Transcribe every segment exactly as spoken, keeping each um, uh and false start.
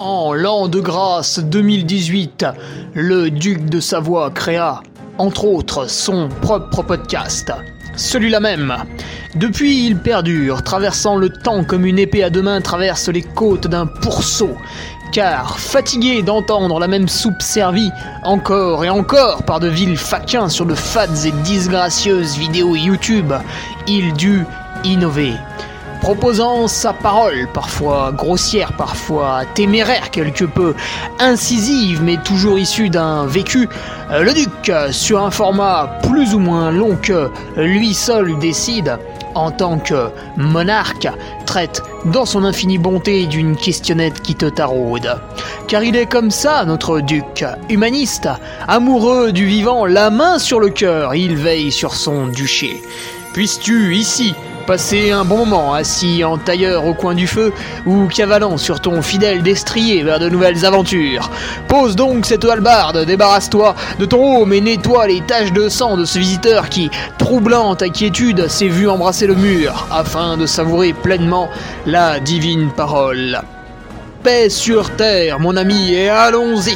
En l'an de grâce deux mille dix-huit, le duc de Savoie créa, entre autres, son propre podcast. Celui-là même. Depuis, il perdure, traversant le temps comme une épée à deux mains traverse les côtes d'un pourceau. Car, fatigué d'entendre la même soupe servie, encore et encore par de vils faquins sur de fades et disgracieuses vidéos YouTube, il dut innover. Proposant sa parole, parfois grossière, parfois téméraire quelque peu, incisive mais toujours issue d'un vécu, le duc, sur un format plus ou moins long que lui seul décide, en tant que monarque, traite dans son infinie bonté d'une questionnette qui te taraude. Car il est comme ça, notre duc, humaniste, amoureux du vivant, la main sur le cœur, il veille sur son duché. Puisses-tu, ici, passer un bon moment assis en tailleur au coin du feu ou cavalant sur ton fidèle destrier vers de nouvelles aventures. Pose donc cette hallebarde, débarrasse-toi de ton home et nettoie les taches de sang de ce visiteur qui, troublant ta quiétude, s'est vu embrasser le mur afin de savourer pleinement la divine parole. Paix sur terre, mon ami, et allons-y!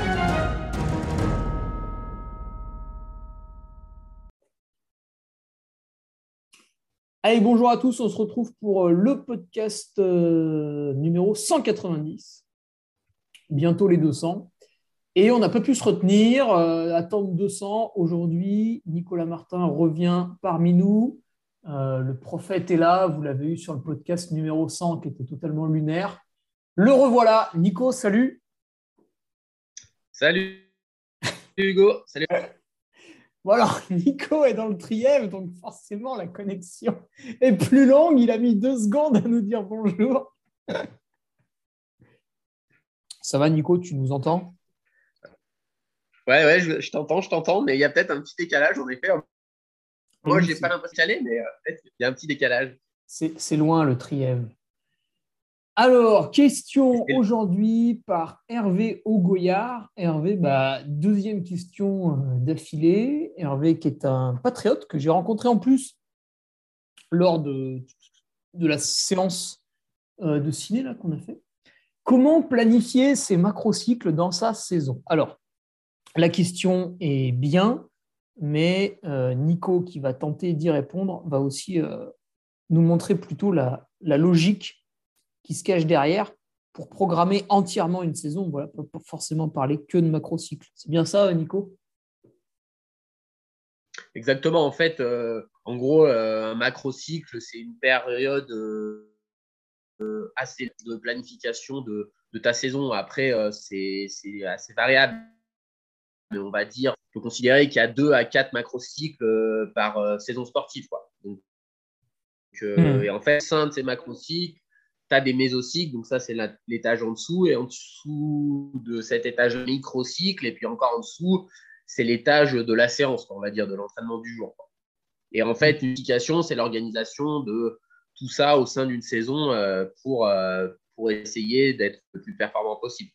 Allez, bonjour à tous, on se retrouve pour le podcast euh, numéro cent quatre-vingt-dix, bientôt les deux cents, et on n'a pas pu se retenir, euh, attendre deux cents. Aujourd'hui, Nicolas Martin revient parmi nous, euh, le prophète est là, vous l'avez eu sur le podcast numéro cent qui était totalement lunaire. Le revoilà, Nico, salut. Salut Hugo, salut. Voilà, Nico est dans le Trièves, donc forcément la connexion est plus longue. Il a mis deux secondes à nous dire bonjour. Ça va, Nico, tu nous entends? Ouais, ouais, je, je t'entends, je t'entends, mais il y a peut-être un petit décalage en effet. Moi, oui, je n'ai pas l'impression d'y aller, mais euh, peut-être qu'il y a un petit décalage. C'est, c'est loin le Trièves. Alors, question aujourd'hui par Hervé Augoyard. Hervé, bah, deuxième question d'affilée. Hervé qui est un patriote que j'ai rencontré en plus lors de, de la séance de ciné là, qu'on a fait. Comment planifier ses macrocycles dans sa saison? Alors, la question est bien, mais euh, Nico, qui va tenter d'y répondre, va aussi euh, nous montrer plutôt la, la logique qui se cache derrière pour programmer entièrement une saison. Voilà, pas forcément parler que de macrocycle. C'est bien ça, Nico? Exactement. En fait, euh, en gros, euh, un macrocycle, c'est une période euh, assez de planification de, de ta saison. Après, euh, c'est, c'est assez variable. Mais on va dire, on peut considérer qu'il y a deux à quatre macrocycles euh, par euh, saison sportive, quoi. Donc, euh, mmh. Et en fait, au sein de ces macrocycles, tu as des mésocycles, donc ça, c'est la, l'étage en dessous, et en dessous de cet étage microcycle, et puis encore en dessous, c'est l'étage de la séance, on va dire, de l'entraînement du jour. Et en fait, l'unification, c'est l'organisation de tout ça au sein d'une saison euh, pour, euh, pour essayer d'être le plus performant possible.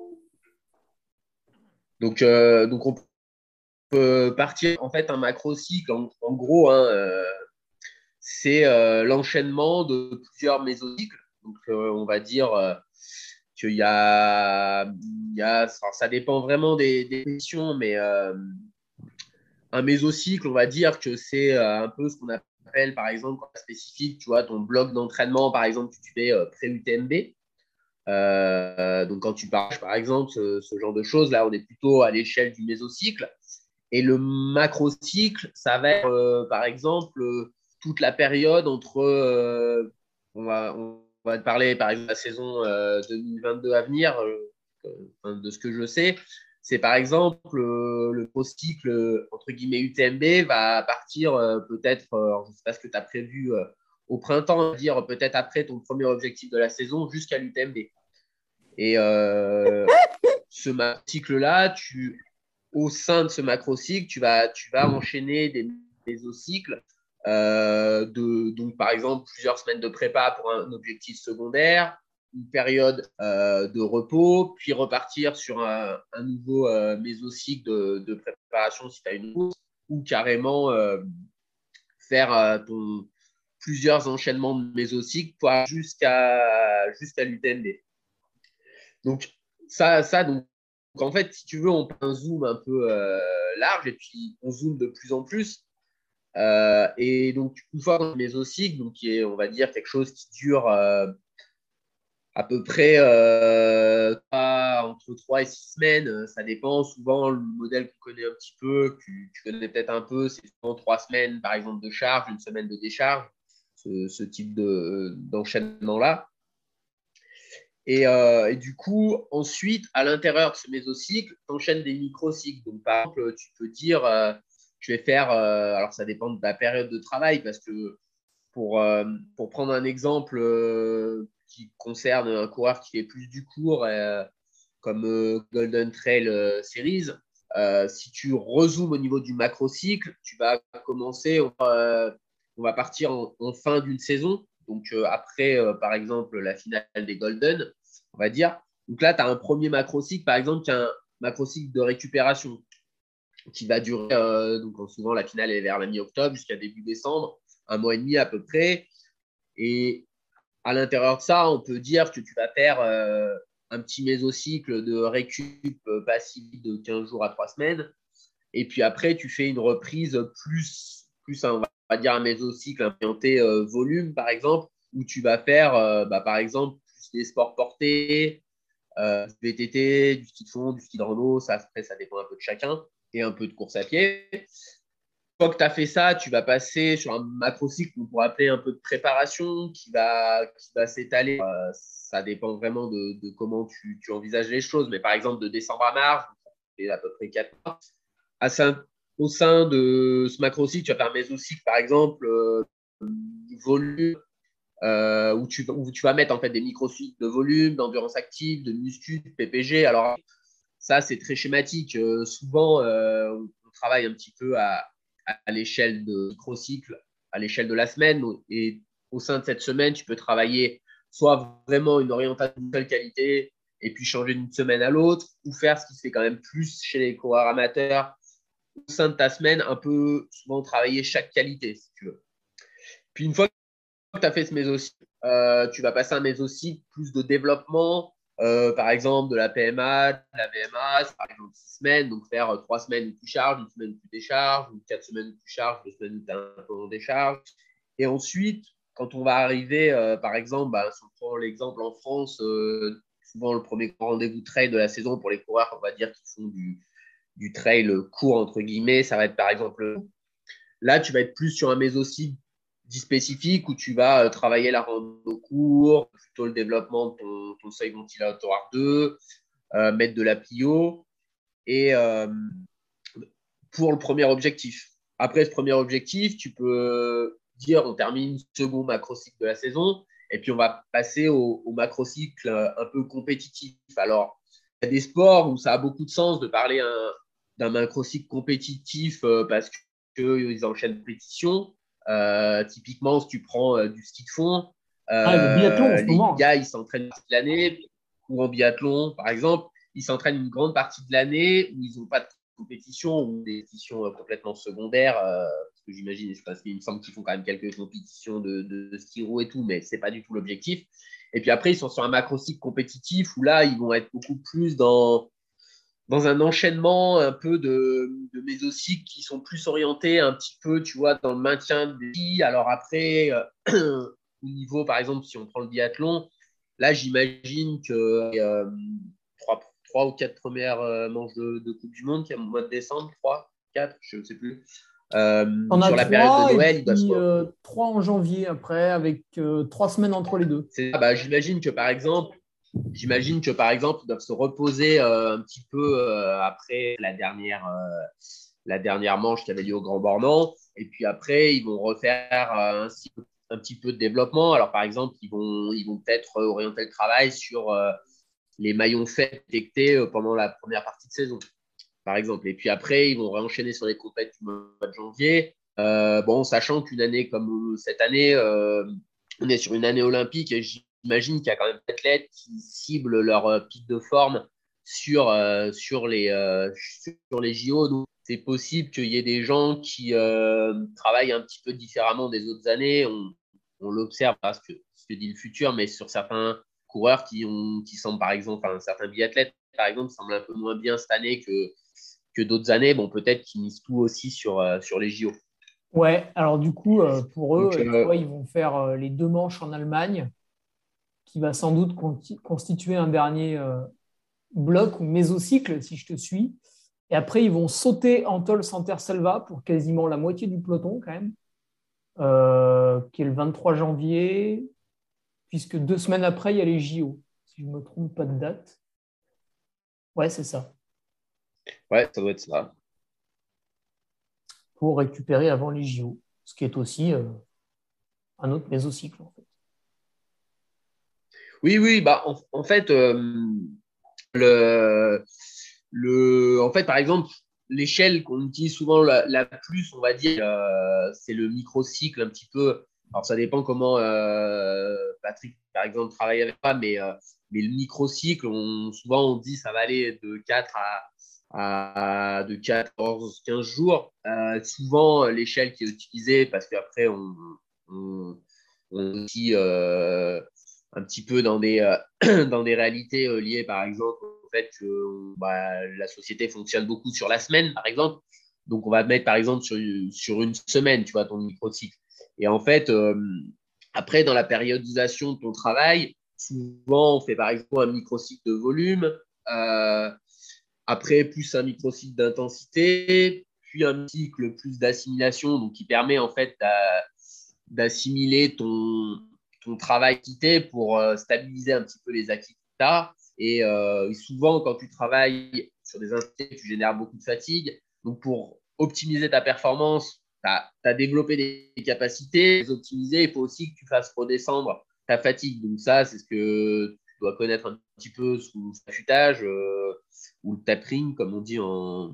Donc, euh, donc on peut partir, en fait, un macrocycle, en, en gros, hein, euh, c'est euh, l'enchaînement de plusieurs mésocycles. Donc, euh, on va dire euh, qu'il y a, il y a ça, ça dépend vraiment des, des questions, mais euh, un mésocycle, on va dire que c'est euh, un peu ce qu'on appelle, par exemple, quand spécifique, tu vois, ton bloc d'entraînement, par exemple, que tu fais euh, pré-U T M B. Euh, donc, quand tu parles, par exemple, ce, ce genre de choses, là, on est plutôt à l'échelle du mésocycle. Et le macrocycle, ça va être, euh, par exemple, euh, toute la période entre, euh, on, va, on va te parler par exemple de la saison euh, deux mille vingt-deux à venir, euh, de ce que je sais, c'est par exemple euh, le macrocycle, entre guillemets, U T M B va partir euh, peut-être, euh, je ne sais pas ce que tu as prévu euh, au printemps, dire peut-être après ton premier objectif de la saison jusqu'à l'U T M B. Et euh, ce macrocycle-là, tu... au sein de ce macrocycle, tu vas, tu vas enchaîner des mésocycles, euh, de, donc par exemple plusieurs semaines de prépa pour un objectif secondaire, une période euh, de repos, puis repartir sur un, un nouveau euh, mésocycle de, de préparation si tu as une course, ou carrément euh, faire euh, ton, plusieurs enchaînements de mésocycles pour jusqu'à, jusqu'à l'U T M B. Donc, ça, ça donc, en fait, si tu veux, on prend un zoom un peu euh, large et puis on zoome de plus en plus. Euh, et donc, une fois qu'on a le mésocycle, donc qui est, on va dire, quelque chose qui dure euh, à peu près euh, entre trois et six semaines, ça dépend. Souvent, le modèle qu'on connaît un petit peu, que tu, tu connais peut-être un peu, c'est souvent trois semaines, par exemple, de charge, une semaine de décharge, ce, ce type de, d'enchaînement-là. Et, euh, et, du coup, ensuite, à l'intérieur de ce mésocycle, tu enchaînes des microcycles. Donc, par exemple, tu peux dire, euh, je vais faire, euh, alors ça dépend de ta période de travail, parce que pour, euh, pour prendre un exemple euh, qui concerne un coureur qui fait plus du court, euh, comme euh, Golden Trail euh, Series, euh, si tu rezoomes au niveau du macrocycle, tu vas commencer, euh, on va partir en, en fin d'une saison. Donc, euh, après, euh, par exemple, la finale des Golden, on va dire. Donc là, tu as un premier macrocycle, par exemple, qui est un macrocycle de récupération qui va durer, euh, donc souvent la finale est vers la mi-octobre jusqu'à début décembre, un mois et demi à peu près. Et à l'intérieur de ça, on peut dire que tu vas faire euh, un petit mésocycle de récup passive de quinze jours à trois semaines. Et puis après, tu fais une reprise plus, plus on va dire un mésocycle orienté euh, volume, par exemple, où tu vas faire, euh, bah, par exemple, plus des sports portés, euh, du V T T, du ski de fond, du ski de rando. Ça, après, ça dépend un peu de chacun, et un peu de course à pied. Une fois que tu as fait ça, tu vas passer sur un macrocycle qu'on pourrait appeler un peu de préparation qui va, qui va s'étaler. Euh, ça dépend vraiment de, de comment tu, tu envisages les choses. Mais par exemple, de décembre à mars, c'est à peu près quatre mois. À sein, au sein de ce macrocycle, tu vas faire un mésocycle, par exemple, euh, volume, euh, où, tu, où tu vas mettre en fait des microcycles de volume, d'endurance active, de muscu, de P P G. Alors, ça, c'est très schématique. Euh, souvent, euh, on, on travaille un petit peu à, à l'échelle de microcycle, à l'échelle de la semaine. Et au sein de cette semaine, tu peux travailler soit vraiment une orientation de seule qualité et puis changer d'une semaine à l'autre, ou faire ce qui se fait quand même plus chez les coureurs amateurs au sein de ta semaine, un peu souvent travailler chaque qualité, si tu veux. Puis une fois que tu as fait ce mésocycle, euh, tu vas passer un mésocycle plus de développement, euh, par exemple de la P M A, de la V M A, par exemple six semaines, donc faire euh, trois semaines où tu charges, une semaine où tu décharges, ou quatre semaines où tu charges, deux semaines où tu as un peu en décharge. Et ensuite, quand on va arriver, euh, par exemple, bah, si on prend l'exemple en France, euh, souvent le premier grand rendez-vous trail de la saison pour les coureurs, on va dire qu'ils font du, du trail court, entre guillemets, ça va être par exemple, là, tu vas être plus sur un mésocycle dit spécifique où tu vas euh, travailler la rando court, plutôt le développement de ton, ton seuil ventilatoire deux, euh, mettre de la plio et euh, pour le premier objectif. Après ce premier objectif, tu peux dire on termine le second macrocycle de la saison et puis on va passer au, au macrocycle un peu compétitif. Alors, il y a des sports où ça a beaucoup de sens de parler un, d'un macrocycle compétitif euh, parce qu'ils enchaînent compétition. Euh, typiquement, si tu prends euh, du ski de fond, Ah, le biathlon en euh, ce les moment. gars, ils s'entraînent toute l'année, ou en biathlon, par exemple, ils s'entraînent une grande partie de l'année où ils n'ont pas de compétition ou des compétitions euh, complètement secondaires. Euh, parce que j'imagine, parce qu'il me semble qu'ils font quand même quelques compétitions de, de, de ski roue et tout, mais ce n'est pas du tout l'objectif. Et puis après, ils sont sur un macrocycle compétitif où là, ils vont être beaucoup plus dans, dans un enchaînement un peu de, de mésocycles qui sont plus orientés un petit peu, tu vois, dans le maintien des filles. Alors après, euh, au niveau, par exemple, si on prend le biathlon, là, j'imagine que euh, trois, trois ou quatre premières euh, manches de, de Coupe du Monde, qui est au mois de décembre, trois, quatre, je ne sais plus. Euh, On a sur la période de trois et Noël, il doit se puis euh, trois en janvier après, avec euh, trois semaines entre les deux. C'est, bah, j'imagine que par exemple, j'imagine que par exemple, ils doivent se reposer euh, un petit peu euh, après la dernière, euh, la dernière manche qui avait lieu au Grand Bornand. Et puis après, ils vont refaire euh, un, un, petit peu de développement. Alors par exemple, ils vont, ils vont peut-être orienter le travail sur euh, les maillons faits détectés euh, pendant la première partie de saison, par exemple. Et puis après, ils vont réenchaîner sur les compétitions du mois de janvier. Euh, bon, sachant qu'une année comme cette année, euh, on est sur une année olympique et j'imagine qu'il y a quand même des athlètes qui ciblent leur euh, pic de forme sur, euh, sur, les, euh, sur les J O. Donc, c'est possible qu'il y ait des gens qui euh, travaillent un petit peu différemment des autres années. On, on l'observe, ce que, ce que dit le futur, mais sur certains coureurs qui, ont, qui semblent, par exemple, enfin, certains biathlètes, par exemple, semblent un peu moins bien cette année que, que d'autres années. Bon, peut-être qu'ils misent tout aussi sur, euh, sur les J O. Ouais, alors du coup, euh, pour eux, Donc, tu euh, vois, ils vont faire euh, les deux manches en Allemagne, qui va sans doute conti- constituer un dernier euh, bloc ou mésocycle, si je te suis. Et après, ils vont sauter Antol Santerselva pour quasiment la moitié du peloton, quand même, euh, qui est le vingt-trois janvier, puisque deux semaines après, il y a les J O, si je ne me trompe pas de date. Ouais, c'est ça. ouais, ça doit être ça. Pour récupérer avant les J O, ce qui est aussi euh, un autre mésocycle, en fait. Oui, oui, bah, en, en fait, euh, le, le, en fait, par exemple, l'échelle qu'on utilise souvent la, la plus, on va dire, euh, c'est le microcycle un petit peu. Alors, ça dépend comment euh, Patrick, par exemple, travaille avec moi, mais, euh, mais le microcycle, on, souvent, on dit ça va aller de quatre à, à de quatorze, quinze jours. Euh, souvent, l'échelle qui est utilisée, parce qu'après, on, on, on aussi euh, un petit peu dans des, euh, dans des réalités euh, liées, par exemple, au fait que bah, la société fonctionne beaucoup sur la semaine, par exemple. Donc, on va mettre, par exemple, sur, sur une semaine, tu vois, ton microcycle. Et en fait, euh, après, dans la périodisation de ton travail, souvent, on fait, par exemple, un microcycle de volume, euh, après, plus un microcycle d'intensité, puis un cycle plus d'assimilation, donc qui permet, en fait, d'assimiler ton, ton travail quitté pour euh, stabiliser un petit peu les acquis que tu as. Et euh, souvent, quand tu travailles sur des instants, tu génères beaucoup de fatigue. Donc, pour optimiser ta performance, tu as développé des capacités. Les optimiser, il faut aussi que tu fasses redescendre ta fatigue. Donc, ça, c'est ce que tu dois connaître un petit peu sous l'affûtage euh, ou le tapering, comme on dit en,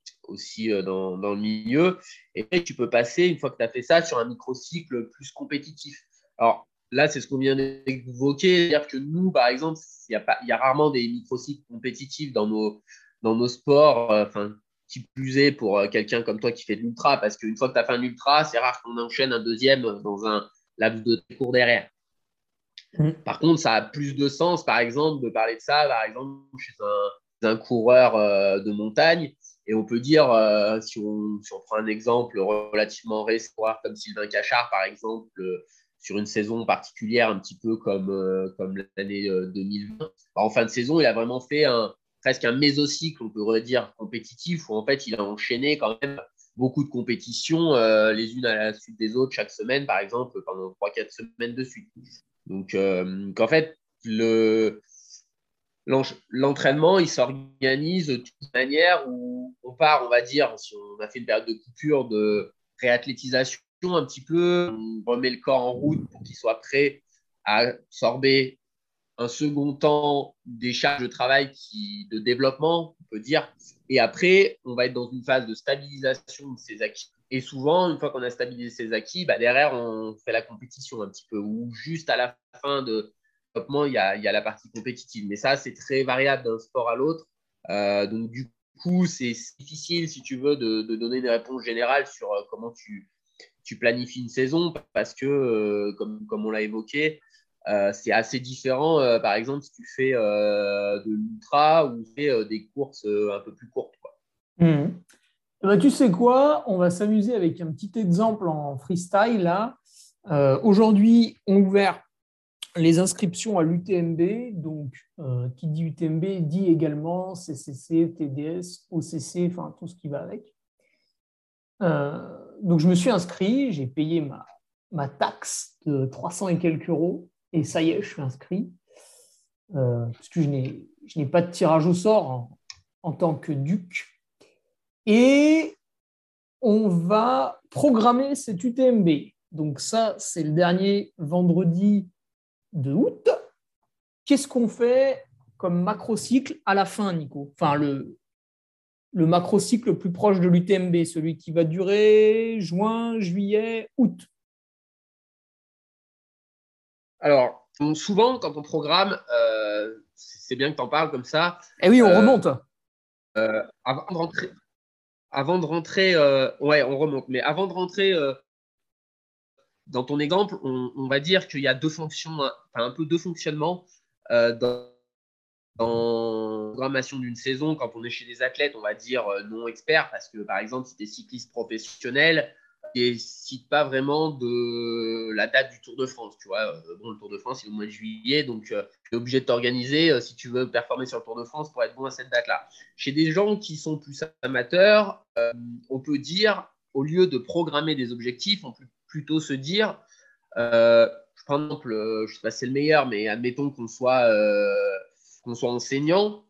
aussi euh, dans, dans, le milieu. Et tu peux passer, une fois que tu as fait ça, sur un microcycle plus compétitif. Alors là, c'est ce qu'on vient d'évoquer. C'est-à-dire que nous, par exemple, il y, a pas, il y a rarement des microcycles compétitifs dans nos, dans nos sports. Enfin, euh, qui plus est pour euh, quelqu'un comme toi qui fait de l'ultra, parce qu'une fois que tu as fait un ultra, c'est rare qu'on enchaîne un deuxième dans un laps de cours derrière. Mmh. Par contre, ça a plus de sens, par exemple, de parler de ça, par exemple, chez un, un coureur euh, de montagne. Et on peut dire, euh, si, on, si on prend un exemple relativement récent, comme Sylvain Cachard, par exemple, euh, sur une saison particulière, un petit peu comme, euh, comme l'année euh, deux mille vingt, bah, en fin de saison, il a vraiment fait un, presque un mésocycle, on pourrait dire, compétitif, où en fait, il a enchaîné quand même beaucoup de compétitions, euh, les unes à la suite des autres, chaque semaine, par exemple, pendant trois quatre semaines de suite. Donc, euh, qu'en fait, le, l'entraînement, il s'organise de toute manière où on part, on va dire, si on a fait une période de coupure, de réathlétisation un petit peu, on remet le corps en route pour qu'il soit prêt à absorber un second temps des charges de travail qui, de développement, on peut dire. Et après, on va être dans une phase de stabilisation de ses acquis. Et souvent, une fois qu'on a stabilisé ses acquis, bah derrière, on fait la compétition un petit peu. Ou juste à la fin de développement, il y a, il y a la partie compétitive. Mais ça, c'est très variable d'un sport à l'autre. Euh, donc, du coup, c'est difficile, si tu veux, de, de donner une réponse générale sur euh, comment tu, tu planifies une saison parce que, euh, comme, comme on l'a évoqué, euh, c'est assez différent, euh, par exemple, si tu fais euh, de l'ultra ou tu fais euh, des courses euh, un peu plus courtes. Quoi. Mmh. Bah, tu sais quoi? On va s'amuser avec un petit exemple en freestyle. Là. Euh, aujourd'hui, on a ouvert les inscriptions à l'U T M B. Donc, euh, qui dit U T M B dit également C C C, T D S, O C C, enfin tout ce qui va avec. Euh, donc, je me suis inscrit, j'ai payé ma, ma taxe de trois cents et quelques euros. Et ça y est, je suis inscrit. Euh, parce que je n'ai, je n'ai pas de tirage au sort en, en tant que duc. Et on va programmer cet U T M B. Donc ça, c'est le dernier vendredi de août. Qu'est-ce qu'on fait comme macrocycle à la fin, Nico? Enfin, le, le macrocycle le plus proche de l'U T M B, celui qui va durer juin, juillet, août. Alors, souvent, quand on programme, euh, c'est bien que tu en parles comme ça. Eh oui, on euh, remonte. Euh, avant de rentrer, avant de rentrer euh, ouais, on remonte, mais avant de rentrer euh, dans ton exemple, on, on va dire qu'il y a deux fonctions, enfin un peu deux fonctionnements. euh, dans, dans la programmation d'une saison, quand on est chez des athlètes, on va dire euh, non experts, parce que par exemple, si tu es cycliste professionnel, ne cite pas vraiment de la date du Tour de France. Tu vois, euh, bon, le Tour de France, c'est au mois de juillet, donc euh, tu es obligé de t'organiser euh, si tu veux performer sur le Tour de France pour être bon à cette date-là. Chez des gens qui sont plus amateurs, euh, on peut dire, au lieu de programmer des objectifs, on peut plutôt se dire, euh, je prends un exemple, euh, je ne sais pas si c'est le meilleur, mais admettons qu'on soit, euh, qu'on soit enseignant.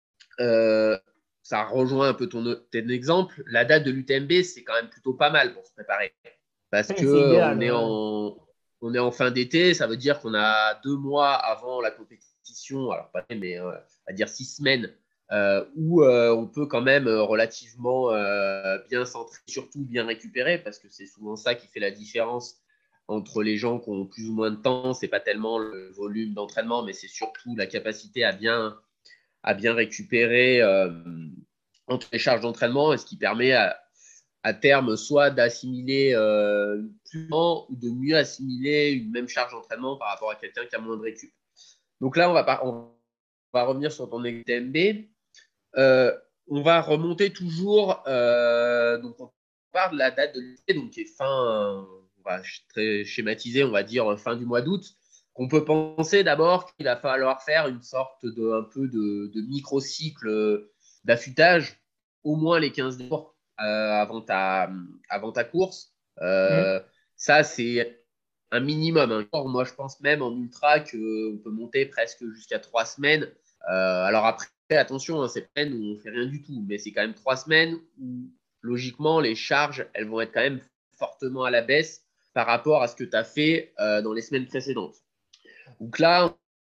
Euh, ça rejoint un peu ton, ton exemple. La date de l'U T M B, c'est quand même plutôt pas mal pour se préparer. Parce Ouais, que c'est idéal, on est, ouais. en, on est en fin d'été, ça veut dire qu'on a deux mois avant la compétition, alors pas mais euh, à dire six semaines, euh, où euh, on peut quand même euh, relativement euh, bien centrer, surtout bien récupérer, parce que c'est souvent ça qui fait la différence entre les gens qui ont plus ou moins de temps. C'est pas tellement le volume d'entraînement, mais c'est surtout la capacité à bien à bien récupérer euh, entre les charges d'entraînement, et ce qui permet à, à terme soit d'assimiler euh, plus lent ou de mieux assimiler une même charge d'entraînement par rapport à quelqu'un qui a moins de récup. Donc là, on va, pas, on va revenir sur ton U T M B. Euh, on va remonter toujours, euh, donc on part de la date de l'été, donc qui est fin, on va très schématiser, on va dire fin du mois d'août. On peut penser d'abord qu'il va falloir faire une sorte de, un peu de, de micro-cycle d'affûtage, au moins les quinze jours euh, avant, ta, avant ta course. Euh, mmh. Ça, c'est un minimum. Hein. Moi, je pense même en ultra qu'on peut monter presque jusqu'à trois semaines. Euh, alors après, attention, hein, c'est semaines où on ne fait rien du tout, mais c'est quand même trois semaines où, logiquement, les charges, elles vont être quand même fortement à la baisse par rapport à ce que tu as fait euh, dans les semaines précédentes. Donc là,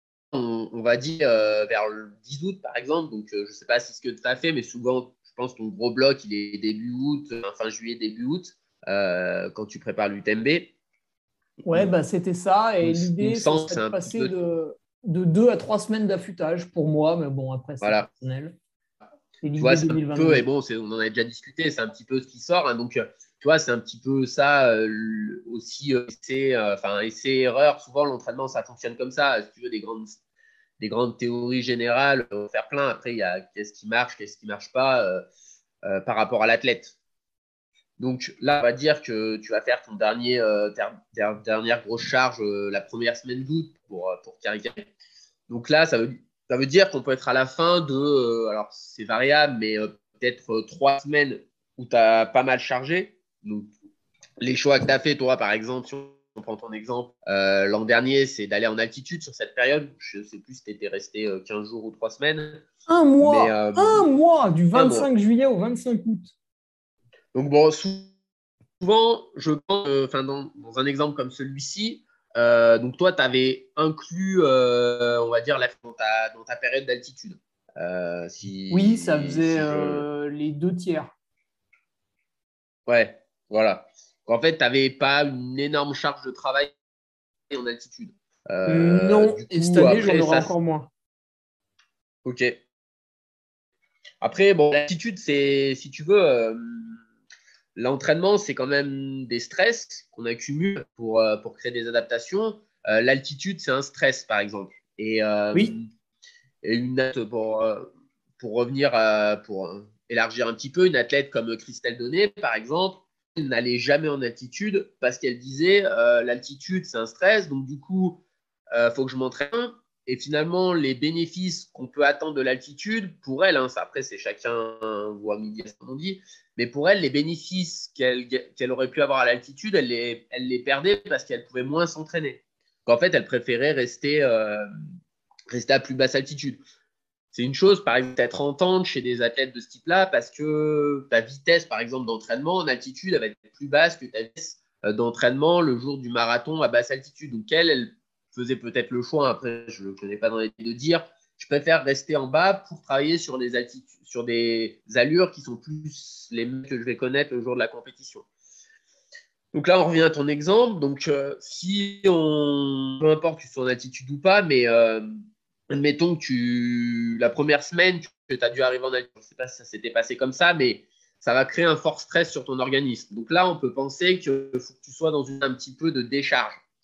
on, on va dire euh, vers le dix août, par exemple. Donc, euh, je ne sais pas si ce que tu as fait, mais souvent, je pense que ton gros bloc, il est début août, fin juillet, début août, euh, quand tu prépares l'U T M B. Ouais, bah, c'était ça. Et l'idée, ce serait de passer de, de deux à trois semaines d'affûtage pour moi. Mais bon, après, c'est voilà. personnel. C'est tu vois, c'est un peu, et bon, on en a déjà discuté, c'est un petit peu ce qui sort. Hein, donc, tu vois, c'est un petit peu ça euh, aussi, euh, essai, euh, enfin, essai-erreur. Souvent, l'entraînement, ça fonctionne comme ça. Si tu veux, des grandes, des grandes théories générales, on va faire plein. Après, il y a qu'est-ce qui marche, qu'est-ce qui ne marche pas euh, euh, par rapport à l'athlète. Donc là, on va dire que tu vas faire ton dernier, euh, ter, ter, dernière grosse charge euh, la première semaine d'août pour, pour caricaturer. Donc là, ça veut, ça veut dire qu'on peut être à la fin de, euh, alors c'est variable, mais euh, peut-être euh, trois semaines où tu as pas mal chargé. Donc les choix que tu as fait, toi, par exemple, si on prend ton exemple, euh, l'an dernier, c'est d'aller en altitude sur cette période. Je ne sais plus si tu étais resté euh, quinze jours ou trois semaines. Un mois, mais, euh, un mois, du vingt-cinq juillet au vingt-cinq août. Donc bon, souvent, je pense, euh, dans, dans un exemple comme celui-ci, euh, donc toi, tu avais inclus, euh, on va dire, la, dans, ta, dans ta période d'altitude. Euh, si, oui, ça faisait si je... euh, les deux tiers. Ouais, voilà. En fait, tu n'avais pas une énorme charge de travail en altitude. Euh, non, du coup, et cette année, j'en aurai encore moins. Ok. Après, bon, l'altitude, c'est, si tu veux, euh, l'entraînement, c'est quand même des stress qu'on accumule pour, euh, pour créer des adaptations. Euh, l'altitude, c'est un stress, par exemple. Et, euh, oui. Et une athlète, pour, pour revenir à, pour élargir un petit peu, une athlète comme Christelle Donné, par exemple, elle n'allait jamais en altitude parce qu'elle disait euh, l'altitude, c'est un stress, donc du coup, il euh, faut que je m'entraîne. Et finalement, les bénéfices qu'on peut attendre de l'altitude, pour elle, hein, ça, après, c'est chacun voit midi à ce qu'on dit, mais pour elle, les bénéfices qu'elle qu'elle aurait pu avoir à l'altitude, elle les, elle les perdait parce qu'elle pouvait moins s'entraîner. En fait, elle préférait rester, euh, rester à plus basse altitude. C'est une chose, par exemple, être entente chez des athlètes de ce type-là parce que ta vitesse, par exemple, d'entraînement en altitude, elle va être plus basse que ta vitesse d'entraînement le jour du marathon à basse altitude. Donc, elle, elle faisait peut-être le choix, après, je ne connais pas dans les de dire, je préfère rester en bas pour travailler sur des, altitudes, sur des allures qui sont plus les mêmes que je vais connaître le jour de la compétition. Donc là, on revient à ton exemple. Donc, euh, si on, peu importe que tu sois en altitude ou pas, mais euh, admettons que tu, la première semaine, que tu as dû arriver en altitude, je ne sais pas si ça s'était passé comme ça, mais ça va créer un fort stress sur ton organisme. Donc là, on peut penser qu'il faut que tu sois dans une, un petit peu de décharge.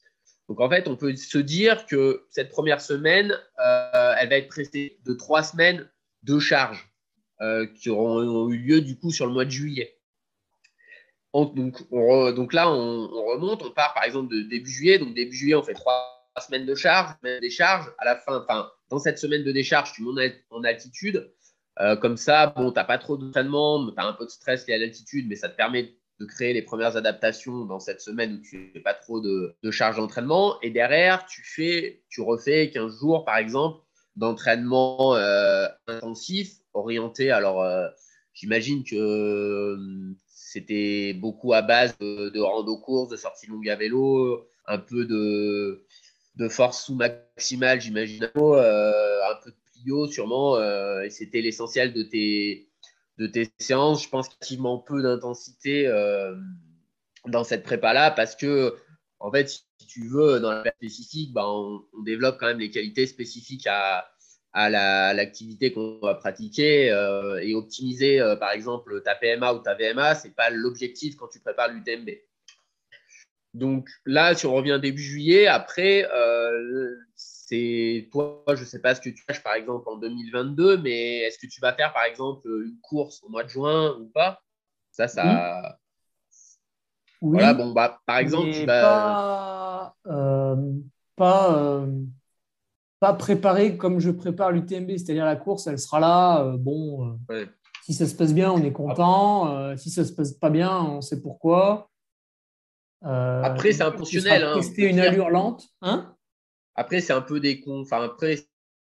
Donc, en fait, on peut se dire que cette première semaine, euh, elle va être précédée de trois semaines de charges euh, qui auront eu lieu, du coup, sur le mois de juillet. On, donc, on, donc, là, on, on remonte, on part, par exemple, de début juillet. Donc, début juillet, on fait trois semaines de charge, des charges. À la fin, enfin, dans cette semaine de décharge, tu montes en altitude. Euh, comme ça, bon, tu n'as pas trop d'entraînement, tu as un peu de stress lié à l'altitude, mais ça te permet de créer les premières adaptations dans cette semaine où tu fais pas trop de, de charge d'entraînement. Et derrière, tu, fais, tu refais quinze jours, par exemple, d'entraînement euh, intensif, orienté. Alors, euh, j'imagine que euh, c'était beaucoup à base de, de rando-course, de sortie longue à vélo, un peu de, de force sous-maximale, j'imagine, euh, un peu de plio sûrement, euh, et c'était l'essentiel de tes, de tes séances. Je pense quasiment peu d'intensité euh, dans cette prépa-là parce que, en fait, si tu veux, dans la prépa spécifique, bah, on, on développe quand même les qualités spécifiques à, à la, l'activité qu'on va pratiquer euh, et optimiser, euh, par exemple, ta P M A ou ta V M A, ce n'est pas l'objectif quand tu prépares l'U T M B. Donc là, si on revient début juillet, après, euh, c'est toi, je ne sais pas ce que tu fais par exemple en deux mille vingt-deux, mais est-ce que tu vas faire par exemple une course au mois de juin ou pas? Ça, Oui, ça. Voilà, oui, bon, bah, par exemple, tu mais vas. pas, euh, pas, euh, pas préparé comme je prépare l'U T M B, c'est-à-dire la course, elle sera là. Euh, bon, euh, Ouais. si ça se passe bien, on est content. Euh, si ça se passe pas bien, on sait pourquoi. Euh, Après, et c'est donc, ce sera intentionnel, hein, on tester peut une dire. allure lente. Hein? Après, c'est un peu des cons. Enfin, après,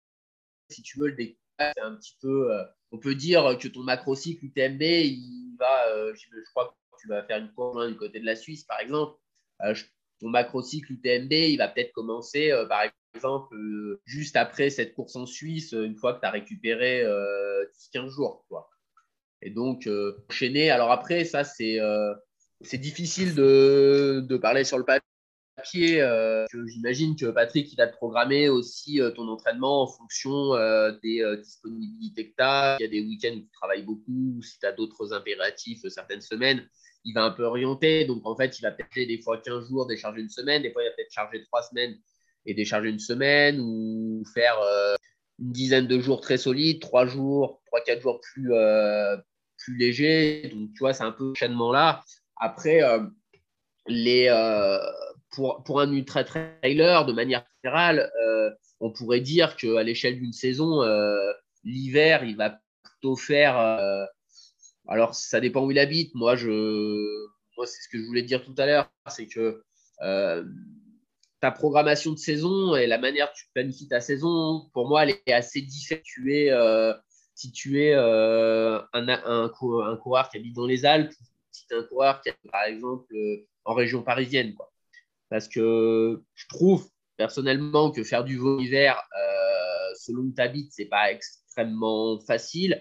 si tu veux, le découpage, c'est un petit peu. Euh, on peut dire que ton macrocycle U T M B, il va. Euh, je, je crois que tu vas faire une course hein, du côté de la Suisse, par exemple. Euh, je- ton macrocycle U T M B, il va peut-être commencer, euh, par exemple, euh, juste après cette course en Suisse, une fois que tu as récupéré euh, dix quinze jours. Quoi. Et donc, euh, enchaîner. Alors après, ça, c'est. Euh, c'est difficile de, de parler sur le papier. Euh, j'imagine que Patrick, il va te programmer aussi euh, ton entraînement en fonction euh, des euh, disponibilités que tu as. Il y a des week-ends où tu travailles beaucoup, ou si tu as d'autres impératifs euh, certaines semaines, il va un peu orienter. Donc, en fait, il va peut-être des fois quinze jours, décharger une semaine. Des fois, il va peut-être charger trois semaines et décharger une semaine ou faire euh, une dizaine de jours très solides, trois jours, trois, quatre jours plus, euh, plus légers. Donc, tu vois, c'est un peu l'enchaînement là. Après, euh, les, euh, pour, pour un ultra-trailer, de manière générale, euh, on pourrait dire qu'à l'échelle d'une saison, euh, l'hiver, il va plutôt faire. Euh, alors, ça dépend où il habite. Moi, je, moi c'est ce que je voulais te dire tout à l'heure, c'est que euh, ta programmation de saison et la manière dont tu planifies ta saison, pour moi, elle est assez différente. Tu es, euh, si tu es euh, un, un, un coureur qui habite dans les Alpes, si tu es un coureur qui est, par exemple, euh, en région parisienne. Quoi. Parce que je trouve personnellement que faire du vol hiver, euh, selon où tu habites, ce n'est pas extrêmement facile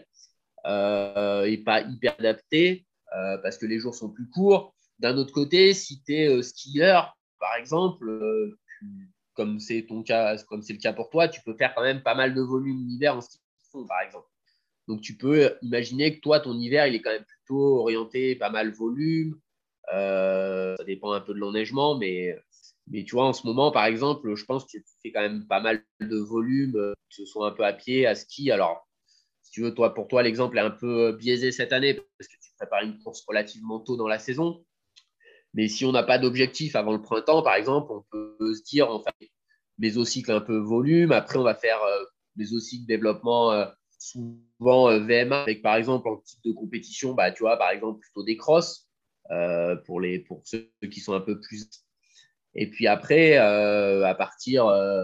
euh, et pas hyper adapté euh, parce que les jours sont plus courts. D'un autre côté, si tu es euh, skieur, par exemple, euh, tu, comme c'est ton cas, comme c'est le cas pour toi, tu peux faire quand même pas mal de volume l'hiver en ski de fond, par exemple. Donc, tu peux imaginer que toi, ton hiver, il est quand même plutôt orienté pas mal volume. Euh, ça dépend un peu de l'enneigement, mais, mais tu vois, en ce moment, par exemple, je pense que tu fais quand même pas mal de volume, que ce soit un peu à pied, à ski. Alors, si tu veux, toi, pour toi, l'exemple est un peu biaisé cette année parce que tu prépares une course relativement tôt dans la saison. Mais si on n'a pas d'objectif avant le printemps, par exemple, on peut se dire, on fait mésocycle un peu volume. Après, on va faire euh, mésocycle développement euh, souvent euh, V M A avec, par exemple, en type de compétition, bah, tu vois, par exemple, plutôt des crosses euh, pour, les, pour ceux qui sont un peu plus. Et puis après, euh, à partir, euh,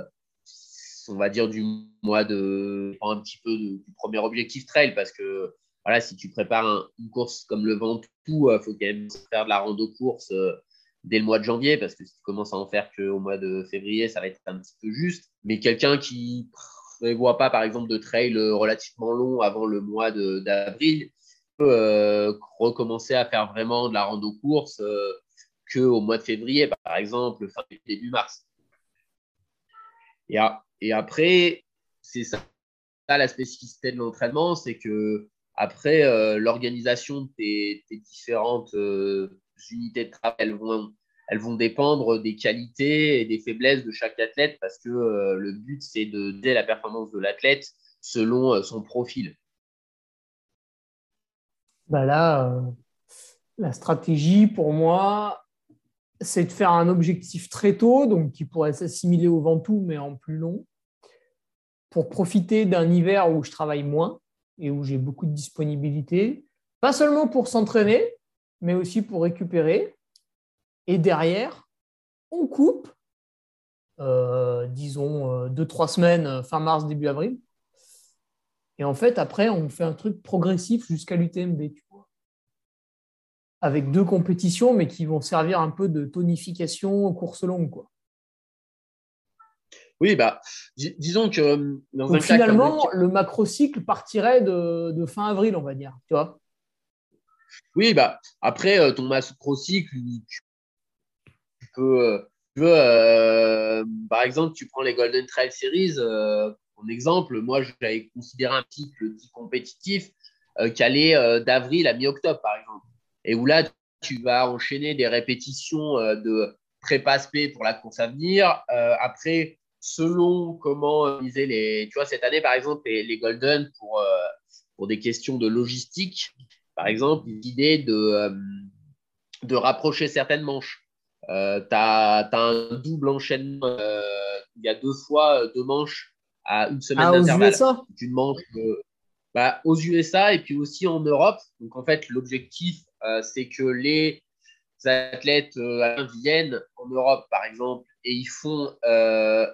on va dire, du mois de. Un petit peu de, du premier objectif trail, parce que voilà, si tu prépares un, une course comme le Ventoux, il euh, faut quand même faire de la rando-course euh, dès le mois de janvier, parce que si tu commences à en faire qu'au mois de février, ça va être un petit peu juste. Mais quelqu'un qui ne prévoit pas, par exemple, de trail relativement long avant le mois de, d'avril, peut euh, recommencer à faire vraiment de la rando-course. Euh, qu'au mois de février, par exemple, fin début mars. Et, à, et après, c'est ça, ça la spécificité de l'entraînement, c'est que après euh, l'organisation de tes, tes différentes euh, unités de travail, elles vont, elles vont dépendre des qualités et des faiblesses de chaque athlète parce que euh, le but, c'est de donner la performance de l'athlète selon euh, son profil. Bah là, euh, la stratégie pour moi, c'est de faire un objectif très tôt, donc qui pourrait s'assimiler au Ventoux, mais en plus long, pour profiter d'un hiver où je travaille moins et où j'ai beaucoup de disponibilité, pas seulement pour s'entraîner, mais aussi pour récupérer. Et derrière, on coupe, euh, disons, euh, deux, trois semaines, fin mars, début avril. Et en fait, après, on fait un truc progressif jusqu'à l'U T M B, tu vois, avec deux compétitions, mais qui vont servir un peu de tonification aux courses longues, quoi. Oui, bah, dis- disons que dans Donc un cas comme le finalement, le macrocycle partirait de, de fin avril, on va dire, tu vois. Oui, bah, après, euh, ton macrocycle, tu tu peux, euh, tu veux, euh, par exemple, tu prends les Golden Trail Series, euh, en exemple, moi, j'avais considéré un cycle dit compétitif euh, qui allait euh, d'avril à mi-octobre, par exemple. Et où là, tu vas enchaîner des répétitions euh, de prépa spé pour la course à venir. Euh, après, selon comment euh, miser les. Tu vois, cette année, par exemple, les, les Golden, pour, euh, pour des questions de logistique, par exemple, l'idée de, euh, de rapprocher certaines manches. Euh, tu as un double enchaînement. Euh, il y a deux fois deux manches à une semaine Ah, aux d'intervalle. U S A? Une manche euh, bah, aux U S A et puis aussi en Europe. Donc, en fait, l'objectif, euh, c'est que les athlètes euh, viennent en Europe, par exemple, et ils font, euh,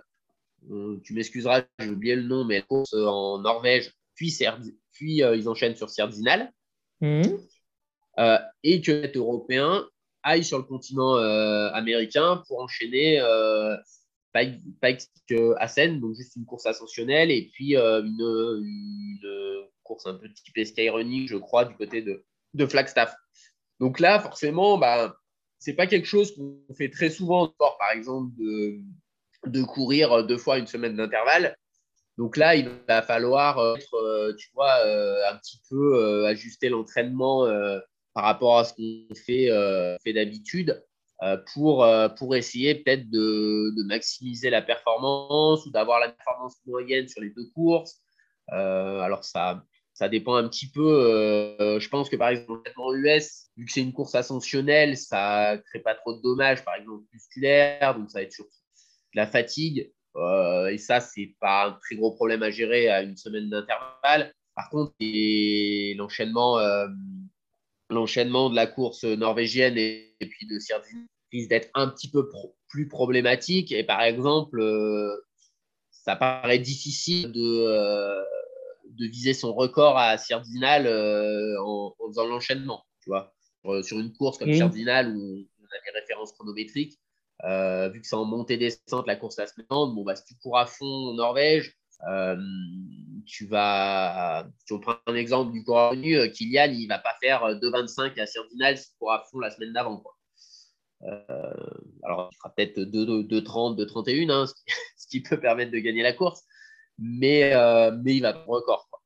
tu m'excuseras, j'ai oublié le nom, mais la course en Norvège, puis, puis euh, ils enchaînent sur Sardinal. Mmh. Euh, et que les européens aillent sur le continent euh, américain pour enchaîner euh, Pike, Pike euh, Assen, donc juste une course ascensionnelle, et puis euh, une, une, course un peu type skyrunning, je crois, du côté de, de Flagstaff. Donc là, forcément, bah, c'est pas quelque chose qu'on fait très souvent en sport, par exemple, de, de courir deux fois une semaine d'intervalle. Donc là, il va falloir être, euh, tu vois, euh, un petit peu euh, ajuster l'entraînement euh, par rapport à ce qu'on fait, euh, fait d'habitude euh, pour, euh, pour essayer peut-être de, de maximiser la performance ou d'avoir la performance moyenne sur les deux courses. Euh, alors, ça, ça dépend un petit peu. Euh, je pense que par exemple, en U S, vu que c'est une course ascensionnelle, ça ne crée pas trop de dommages, par exemple, musculaires. Donc, ça va être surtout de la fatigue. Euh, et ça, c'est pas un très gros problème à gérer à une semaine d'intervalle. Par contre, l'enchaînement, euh, l'enchaînement de la course norvégienne et, et puis de Sardaigne risque d'être un petit peu pro- plus problématique. Et par exemple, euh, ça paraît difficile de, euh, de viser son record à Sardinal euh, en, en faisant l'enchaînement. Tu vois, sur, sur une course comme Oui. Sardinal où on a des références chronométriques. Euh, vu que c'est en montée-descente la course la semaine, bon, bah, si tu cours à fond en Norvège, euh, tu vas. Si on prend un exemple du coureur connu, euh, Kylian, il ne va pas faire deux vingt-cinq à Sardinal s'il court à fond la semaine d'avant. Quoi. Euh, alors, il fera peut-être deux trente, deux trente et un, hein, ce, qui, ce qui peut permettre de gagner la course, mais, euh, mais il va pour record. Quoi.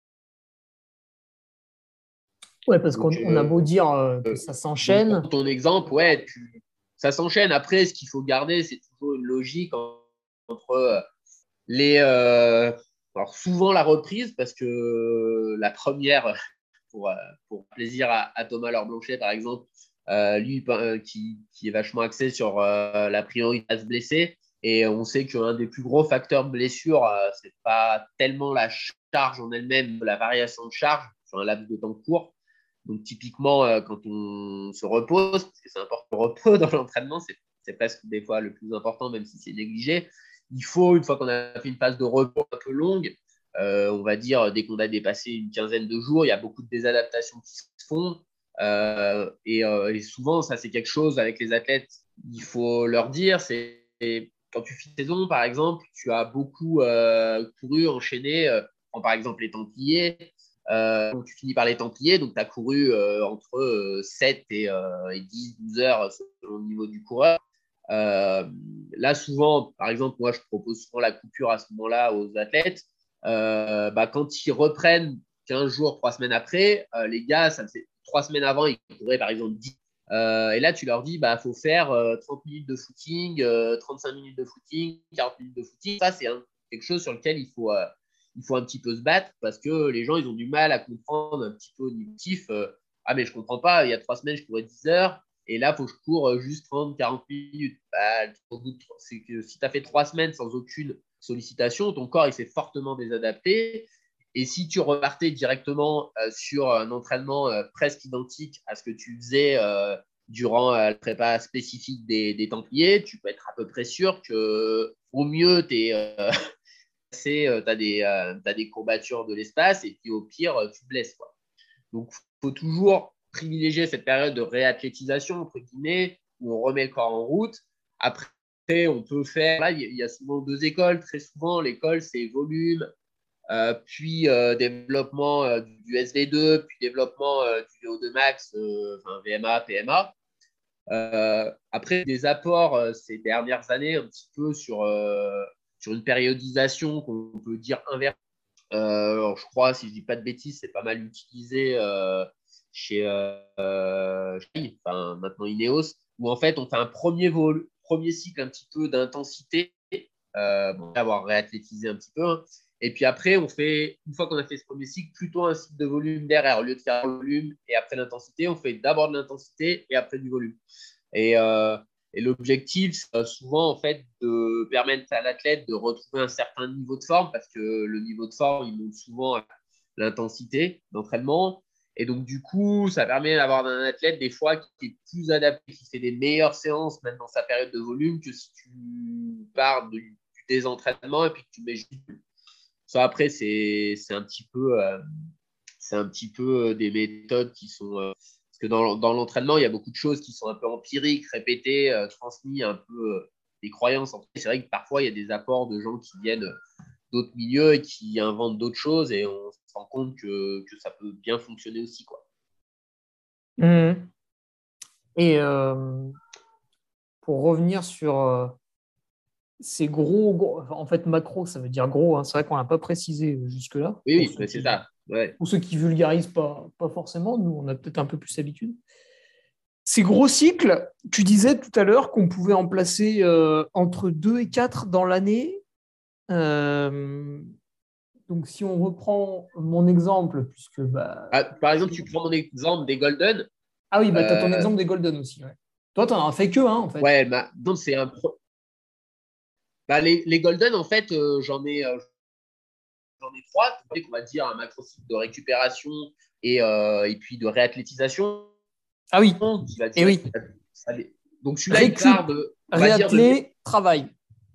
Ouais, parce Donc, qu'on on a euh, beau dire euh, que euh, ça donc, pour s'enchaîne. ton exemple, ouais, tu, ça s'enchaîne. Après, ce qu'il faut garder, c'est toujours une logique entre euh, les. Euh, alors, souvent la reprise, parce que la première, pour, euh, pour plaisir à, à Thomas Laure-Blanchet, par exemple, euh, lui euh, qui, qui est vachement axé sur euh, la priorité à se blesser. Et on sait qu'un des plus gros facteurs de blessure, euh, ce n'est pas tellement la charge en elle-même, la variation de charge sur un laps de temps court. Donc, typiquement, euh, quand on se repose, parce que c'est important, le repos dans l'entraînement, c'est, c'est presque des fois le plus important, même si c'est négligé. Il faut, une fois qu'on a fait une phase de repos un peu longue, euh, on va dire, dès qu'on a dépassé une quinzaine de jours, il y a beaucoup de désadaptations qui se font. Euh, et, euh, et souvent, ça, c'est quelque chose avec les athlètes, il faut leur dire, c'est quand tu fais saison, par exemple, tu as beaucoup euh, couru, enchaîné, euh, par exemple les Templiers. Euh, donc, tu finis par les Templiers, donc tu as couru euh, entre euh, sept et, euh, et dix douze heures selon le niveau du coureur. Euh, là, souvent, par exemple, moi, je propose souvent la coupure à ce moment-là aux athlètes. Euh, bah, quand ils reprennent quinze jours, trois semaines après, euh, les gars, ça fait trois semaines avant, ils couraient par exemple dix. Euh, et là, tu leur dis, bah, faut faire euh, trente minutes de footing, euh, trente-cinq minutes de footing, quarante minutes de footing. Ça, c'est un, quelque chose sur lequel il faut, euh, il faut un petit peu se battre parce que les gens, ils ont du mal à comprendre un petit peu au niveau euh, ah, mais je comprends pas, il y a trois semaines, je courais dix heures et là, il faut que je cours juste trente, quarante minutes. Bah, c'est que si tu as fait trois semaines sans aucune sollicitation, ton corps, il s'est fortement désadapté. Et si tu repartais directement euh, sur un entraînement euh, presque identique à ce que tu faisais euh, durant euh, la prépa spécifique des, des Templiers, tu peux être à peu près sûr que au mieux, tu euh, euh, as, des, euh, t'as des courbatures de l'espace et puis au pire, tu te blesses, quoi. Donc, il faut toujours privilégier cette période de réathlétisation, entre guillemets, où on remet le corps en route. Après, on peut faire, là, il y a souvent deux écoles. Très souvent, l'école, c'est volume, euh, puis euh, développement euh, du S V deux, puis développement euh, du V O deux max, euh, enfin V M A, P M A. Euh, après, des apports euh, ces dernières années, un petit peu sur, euh, sur une périodisation qu'on peut dire inversée. Euh, alors, je crois, si je ne dis pas de bêtises, c'est pas mal utilisé euh, chez, euh, chez enfin, maintenant Ineos, où en fait, on fait un premier, vol, premier cycle un petit peu d'intensité, euh, bon, avoir réathlétisé un petit peu. Hein. Et puis après, on fait, une fois qu'on a fait ce premier cycle, plutôt un cycle de volume derrière. Au lieu de faire le volume et après l'intensité, on fait d'abord de l'intensité et après du volume. Et, euh, et l'objectif, c'est souvent en fait de permettre à l'athlète de retrouver un certain niveau de forme parce que le niveau de forme, il monte souvent à l'intensité d'entraînement. Et donc, du coup, ça permet d'avoir un athlète des fois qui est plus adapté, qui fait des meilleures séances même dans sa période de volume que si tu pars du, du désentraînement et puis que tu mets juste. Ça, après, c'est, c'est un petit peu, euh, c'est un petit peu des méthodes qui sont. Euh, parce que dans, dans l'entraînement, il y a beaucoup de choses qui sont un peu empiriques, répétées, euh, transmises, un peu euh, des croyances. C'est vrai que parfois, il y a des apports de gens qui viennent d'autres milieux et qui inventent d'autres choses et on se rend compte que, que ça peut bien fonctionner aussi, quoi. Mmh. Et euh, pour revenir sur euh, ces gros, gros, en fait, macro, ça veut dire gros, hein, c'est vrai qu'on n'a pas précisé jusque-là. Oui, Pour oui, ceux mais c'est qui, ça. Ouais. pour ceux qui vulgarisent pas, pas forcément, nous, on a peut-être un peu plus l'habitude. Ces gros cycles, tu disais tout à l'heure qu'on pouvait en placer euh, entre deux et quatre dans l'année. Euh, donc, si on reprend mon exemple, puisque. Bah, Ah, par exemple, tu prends mon exemple des Golden. ah oui, bah, tu as ton Euh, exemple des Golden aussi. Ouais. Toi, tu n'en as fait que un, en fait. ouais, bah, donc c'est un pro... bah, les, les Golden, en fait, euh, j'en ai, euh, j'en ai trois. On va dire un macrocycle de récupération et, euh, et puis de réathlétisation. Ah oui, Qui va et durer. oui. Donc celui-là, il part Récup, de, on va dire, de, réathlé, travail.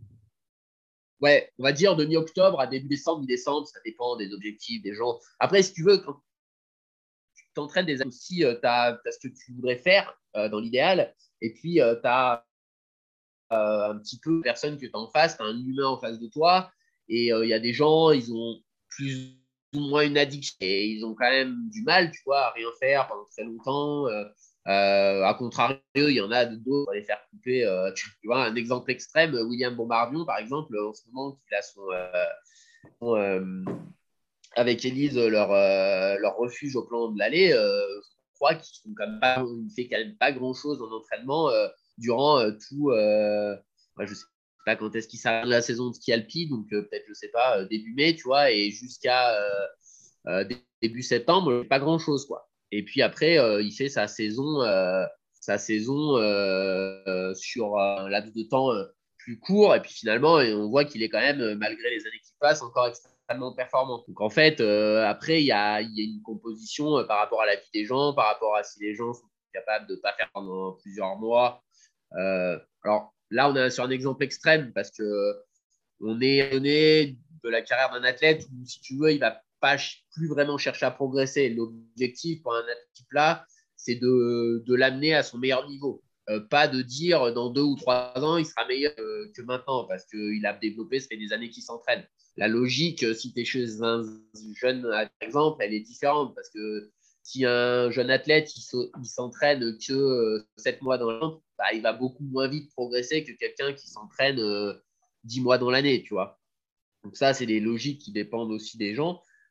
ouais, on va dire de mi-octobre à début décembre, mi-décembre, ça dépend des objectifs, des gens. Après, si tu veux, quand tu t'entraînes des aussi, euh, tu as ce que tu voudrais faire euh, dans l'idéal, et puis euh, tu as euh, un petit peu personne que tu as en face, tu as un humain en face de toi, et il euh, y a des gens, ils ont plus ou moins une addiction, et ils ont quand même du mal, tu vois, à rien faire pendant très longtemps. Euh, euh, à contrario, il y en a d'autres, on va les faire couper. Euh, tu vois, un exemple extrême, William Bombardier, par exemple, en ce moment, qui a son, euh, son euh, avec Élise, leur, euh, leur refuge au plan de l'allée, euh, je crois qu'il ne fait quand même pas grand-chose en entraînement euh, durant euh, tout. Euh, ouais, je sais pas quand est-ce qu'il s'arrête la saison de ski alpi, donc euh, peut-être, je sais pas, euh, début mai, tu vois, et jusqu'à euh, euh, début septembre, pas grand-chose, quoi. Et puis après, euh, il fait sa saison, euh, sa saison euh, sur un laps de temps euh, plus court, et puis finalement, on voit qu'il est quand même, malgré les années qui passent, encore extrêmement performant. Donc en fait, euh, après, il y a, y a une composition euh, par rapport à la vie des gens, par rapport à si les gens sont capables de ne pas faire pendant plusieurs mois. Euh, alors là, on est sur un exemple extrême parce que on est donné de la carrière d'un athlète où, si tu veux, il va pas plus vraiment chercher à progresser. L'objectif pour un athlète là, c'est de, de l'amener à son meilleur niveau. Euh, pas de dire dans deux ou trois ans, il sera meilleur euh, que maintenant parce qu'il a développé, ça fait des années qu'il s'entraîne. La logique, si tu es chez un jeune, par exemple, elle est différente parce que si un jeune athlète il s'entraîne que euh, sept mois dans l'an, bah, il va beaucoup moins vite progresser que quelqu'un qui s'entraîne euh, dix mois dans l'année, tu vois. Donc ça, c'est des logiques qui dépendent aussi des gens.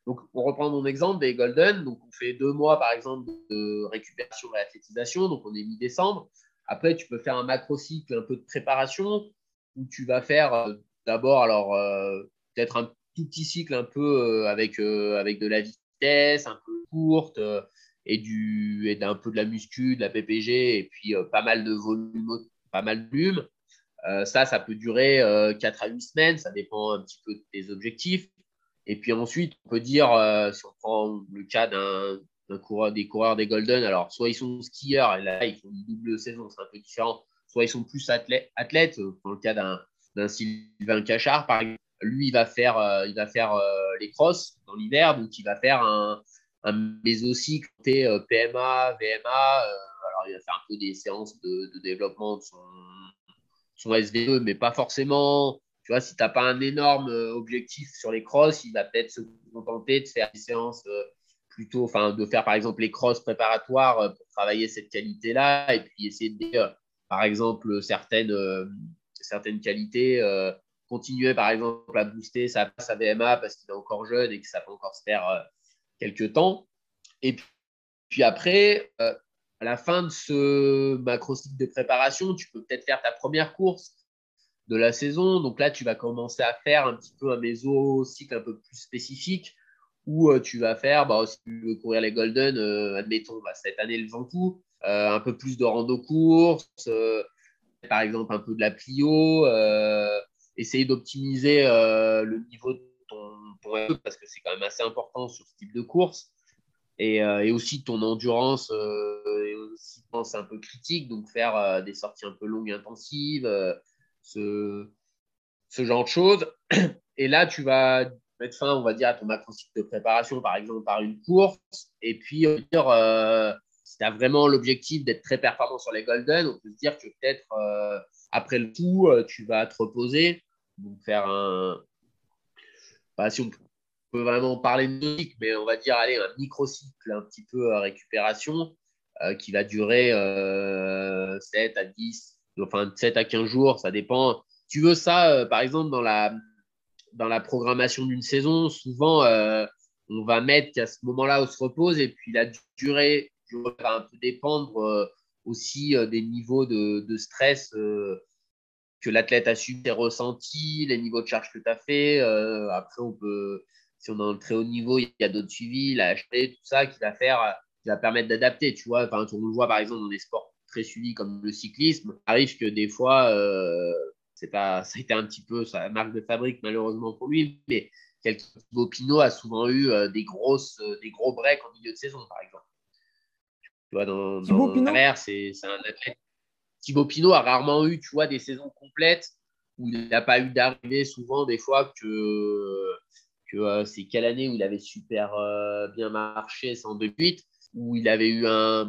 Donc, on reprend mon exemple des Golden. Donc, on fait deux mois, par exemple, de récupération et athlétisation. Donc, on est mi-décembre. Après, tu peux faire un macro-cycle, un peu de préparation, où tu vas faire euh, d'abord, alors, euh, peut-être un tout petit cycle un peu euh, avec, euh, avec de la vitesse, un peu courte, euh, et, du, et d'un peu de la muscu, de la P P G, et puis euh, pas mal de volume, pas mal de volume. Euh, ça, ça peut durer euh, quatre à huit semaines. Ça dépend un petit peu de tes objectifs. Et puis ensuite, on peut dire, euh, si on prend le cas d'un, d'un coureur, des coureurs des Golden, alors soit ils sont skieurs, et là, ils font une double saison, c'est un peu différent. Soit ils sont plus athlètes. athlètes dans le cas d'un, d'un Sylvain Cachard, par exemple, lui, il va faire, euh, il va faire euh, les crosses dans l'hiver, donc il va faire un, un mésocycle euh, P M A, V M A. Euh, alors, il va faire un peu des séances de, de développement de son, son S V E, mais pas forcément. Tu vois, si tu n'as pas un énorme euh, objectif sur les crosses, il va peut-être se contenter de faire des séances euh, plutôt, enfin, de faire par exemple les crosses préparatoires euh, pour travailler cette qualité-là et puis essayer de, euh, par exemple, certaines, euh, certaines qualités, euh, continuer par exemple à booster sa, sa V M A parce qu'il est encore jeune et que ça peut encore se faire euh, quelques temps. Et puis, puis après, euh, à la fin de ce macro-cycle de préparation, tu peux peut-être faire ta première course de la saison. Donc là, tu vas commencer à faire un petit peu un méso-cycle un peu plus spécifique où euh, tu vas faire, bah, si tu veux courir les Golden, euh, admettons, bah, cette année le Ventoux, euh, un peu plus de rando-course, euh, par exemple un peu de la plio, euh, essayer d'optimiser euh, le niveau de ton, ton R E parce que c'est quand même assez important sur ce type de course. Et, euh, et aussi ton endurance, euh, et aussi, c'est un peu critique, donc faire euh, des sorties un peu longues, intensives, euh, ce, ce genre de choses. Et là, tu vas mettre fin, on va dire, à ton macro-cycle de préparation, par exemple, par une course. Et puis, on peut dire, euh, si tu as vraiment l'objectif d'être très performant sur les Golden, on peut se dire que peut-être euh, après le tout, euh, tu vas te reposer, donc faire un. Bah, si on peut vraiment parler de cycle, mais on va dire, allez, un micro-cycle un petit peu à récupération euh, qui va durer euh, sept à dix, enfin sept à quinze jours, ça dépend. Tu veux ça, euh, par exemple, dans la, dans la programmation d'une saison, souvent, euh, on va mettre qu'à ce moment-là, on se repose et puis la durée, durée va un peu dépendre euh, aussi euh, des niveaux de, de stress euh, que l'athlète a su, tes ressentis, les niveaux de charge que tu as fait. Euh, après, on peut, si on est dans le très haut niveau, il y a d'autres suivis, la H P, tout ça qui va faire, qui va permettre d'adapter. Tu vois, enfin, on le voit par exemple dans des sports très suivis comme le cyclisme. Il arrive que des fois, euh, c'est pas, ça a été un petit peu sa marque de fabrique malheureusement pour lui, mais Thibaut Pinot a souvent eu euh, des grosses, euh, des gros breaks en milieu de saison, par exemple. Tu vois, dans, Thibaut dans Pinot? l'air, c'est, c'est un athlète. Thibaut Pinot a rarement eu, tu vois, des saisons complètes où il n'a pas eu d'arrivée souvent des fois que, que euh, c'est quelle année où il avait super euh, bien marché, c'est en deux mille huit, où il avait eu un.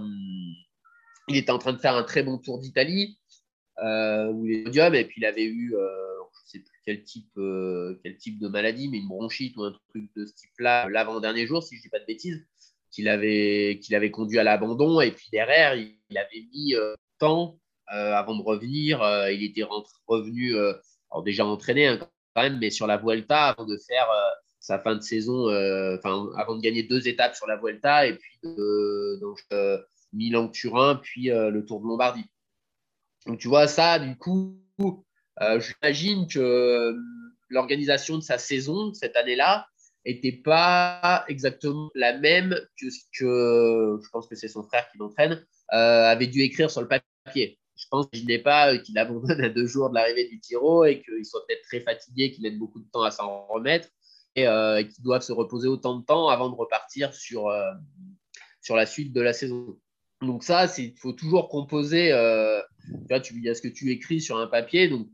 Il était en train de faire un très bon tour d'Italie, euh, où il est podium, et puis il avait eu, euh, je ne sais plus quel type, euh, quel type de maladie, mais une bronchite ou un truc de ce type-là, l'avant-dernier jour, si je ne dis pas de bêtises, qu'il avait, qu'il avait conduit à l'abandon, et puis derrière, il, il avait mis euh, temps euh, avant de revenir. Euh, il était rentré, revenu, euh, alors déjà entraîné hein, quand même, mais sur la Vuelta avant de faire euh, sa fin de saison, euh, enfin avant de gagner deux étapes sur la Vuelta et puis de, donc euh, Milan-Turin, puis euh, le Tour de Lombardie. Donc tu vois ça, du coup, euh, j'imagine que euh, l'organisation de sa saison cette année-là n'était pas exactement la même que ce que je pense que c'est son frère qui l'entraîne euh, avait dû écrire sur le papier. Je pense qu'il n'est pas qu'il abandonne à deux jours de l'arrivée du Giro et qu'il soit peut-être très fatigué, qu'il mette beaucoup de temps à s'en remettre et euh, qu'il doive se reposer autant de temps avant de repartir sur, euh, sur la suite de la saison. Donc ça, il faut toujours composer. Euh, tu vois, tu, il y a ce que tu écris sur un papier. Donc,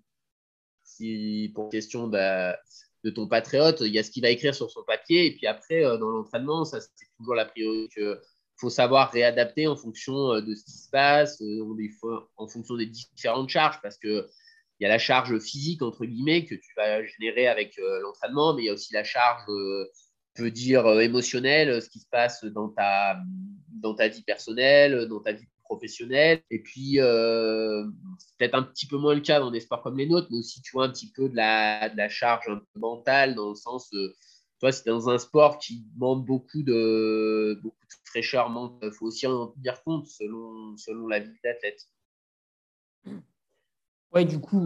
si pour question de, de ton patriote, il y a ce qu'il va écrire sur son papier. Et puis après, euh, dans l'entraînement, ça, c'est toujours la priorité. Il faut savoir réadapter en fonction de ce qui se passe, euh, en fonction des différentes charges, parce que il y a la charge physique, entre guillemets, que tu vas générer avec euh, l'entraînement, mais il y a aussi la charge, euh, peut dire, euh, émotionnelle, ce qui se passe dans ta, dans ta vie personnelle, dans ta vie professionnelle. Et puis, euh, c'est peut-être un petit peu moins le cas dans des sports comme les nôtres, mais aussi, tu vois, un petit peu de la, de la charge un peu mentale, dans le sens, euh, toi, c'est dans un sport qui demande beaucoup de, beaucoup de fraîcheur. Il faut aussi en tenir compte selon, selon la vie de l'athlète. Ouais, du coup,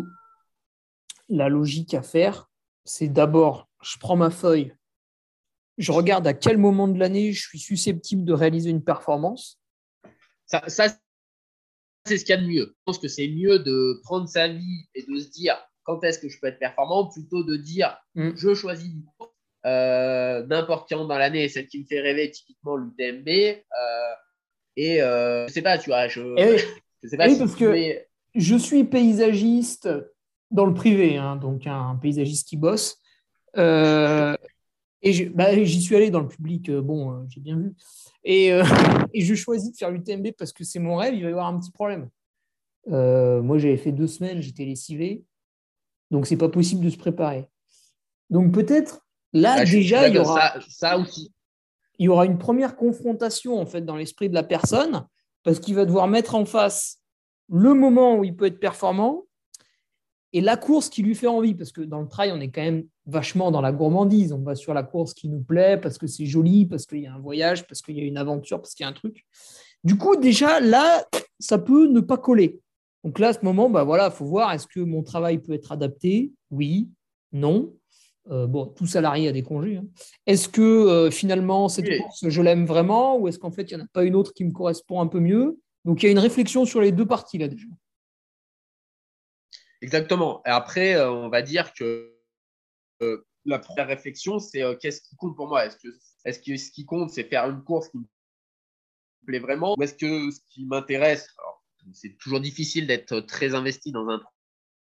la logique à faire, c'est d'abord, je prends ma feuille, je regarde à quel moment de l'année je suis susceptible de réaliser une performance. Ça, ça c'est ce qu'il y a de mieux. Je pense que c'est mieux de prendre sa vie et de se dire quand est-ce que je peux être performant, plutôt de dire mm. je choisis une course, euh, n'importe quand dans l'année, celle qui me fait rêver, typiquement l'U T M B. Euh, et euh, je sais pas, tu vois, je, oui, je sais pas oui, si parce que mets... je suis paysagiste dans le privé, hein, donc un paysagiste qui bosse. Euh, et je, bah, j'y suis allé dans le public, euh, bon, euh, j'ai bien vu. Et, euh, et je choisis de faire l'U T M B parce que c'est mon rêve, il va y avoir un petit problème. Euh, moi, j'avais fait deux semaines, j'étais lessivé. Donc, c'est pas possible de se préparer. Donc, peut-être, là, bah, déjà, il y aura... Ça, ça aussi. Il y aura une première confrontation, en fait, dans l'esprit de la personne, parce qu'il va devoir mettre en face le moment où il peut être performant et la course qui lui fait envie, parce que dans le trail, on est quand même vachement dans la gourmandise. On va sur la course qui nous plaît, parce que c'est joli, parce qu'il y a un voyage, parce qu'il y a une aventure, parce qu'il y a un truc. Du coup, déjà, là, ça peut ne pas coller. Donc là, à ce moment, bah voilà, faut voir, est-ce que mon travail peut être adapté? Oui, non. Euh, bon, tout salarié a des congés. Hein. Est-ce que euh, finalement, cette oui. course, je l'aime vraiment, ou est-ce qu'en fait, il n'y en a pas une autre qui me correspond un peu mieux? Donc, il y a une réflexion sur les deux parties, là, déjà. Exactement. Et après, euh, on va dire que euh, la première réflexion, c'est euh, qu'est-ce qui compte pour moi? Est-ce que, est-ce que ce qui compte, c'est faire une course qui me plaît vraiment? Ou est-ce que ce qui m'intéresse, alors, c'est toujours difficile d'être très investi dans un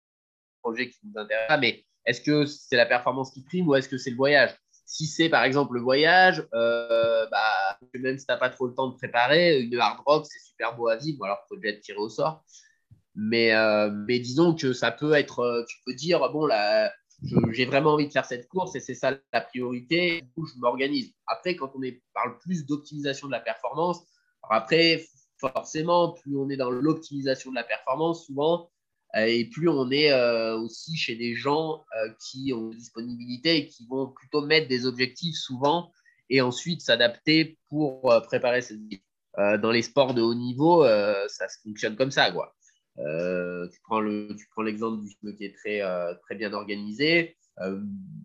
projet qui nous intéresse pas, mais est-ce que c'est la performance qui prime ou est-ce que c'est le voyage? Si c'est par exemple le voyage, euh, bah, même si tu n'as pas trop le temps de préparer, une hard rock, c'est super beau à vivre, alors il faut déjà être tiré au sort. Mais, euh, mais disons que ça peut être, tu peux dire, bon, là, je, j'ai vraiment envie de faire cette course et c'est ça la priorité, du coup, je m'organise. Après, quand on est, parle plus d'optimisation de la performance, alors après, forcément, plus on est dans l'optimisation de la performance, souvent, euh, et plus on est euh, aussi chez des gens euh, qui ont une disponibilité et qui vont plutôt mettre des objectifs souvent et ensuite s'adapter pour euh, préparer ces objectifs. Euh, dans les sports de haut niveau, euh, ça se fonctionne comme ça, quoi. Euh, tu, prends le, tu prends l'exemple du film qui est très, euh, très bien organisé. Euh,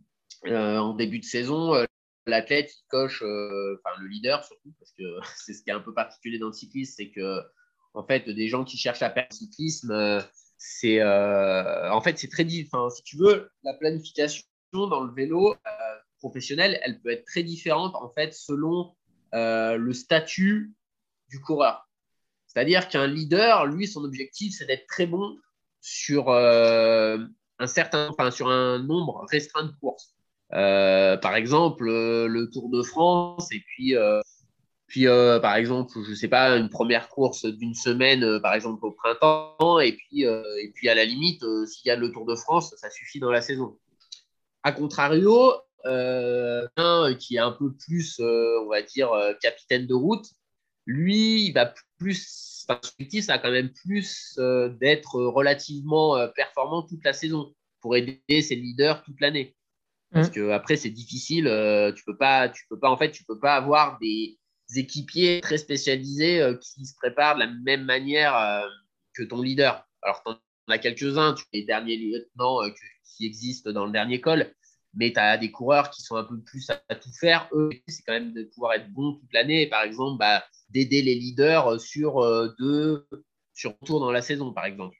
euh, en début de saison, euh, l'athlète, il coche, euh, enfin le leader surtout, parce que c'est ce qui est un peu particulier dans le cyclisme, c'est que en fait, des gens qui cherchent à faire le cyclisme, euh, c'est, euh, en fait, c'est très différent. Si tu veux, la planification dans le vélo euh, professionnel, elle peut être très différente en fait selon euh, le statut du coureur. C'est-à-dire qu'un leader, lui, son objectif, c'est d'être très bon sur euh, un certain, enfin, sur un nombre restreint de courses. Euh, par exemple, euh, le Tour de France, et puis, euh, puis euh, par exemple, je sais pas, une première course d'une semaine, euh, par exemple au printemps, et puis, euh, et puis à la limite, euh, s'il y a le Tour de France, ça suffit dans la saison. A contrario, euh, un qui est un peu plus, euh, on va dire, euh, capitaine de route, lui, il va plus, enfin, son objectif, ça a quand même plus euh, d'être relativement euh, performant toute la saison pour aider ses leaders toute l'année. Parce mmh. que après, c'est difficile. Euh, tu peux pas, tu peux pas, en fait, tu peux pas avoir des équipiers très spécialisés euh, qui se préparent de la même manière euh, que ton leader. Alors, tu en as quelques-uns, tu as les derniers lieutenants euh, que, qui existent dans le dernier col, mais tu as des coureurs qui sont un peu plus à, à tout faire. Eux, c'est quand même de pouvoir être bons toute l'année. Par exemple, bah, d'aider les leaders sur euh, deux sur tours dans la saison, par exemple.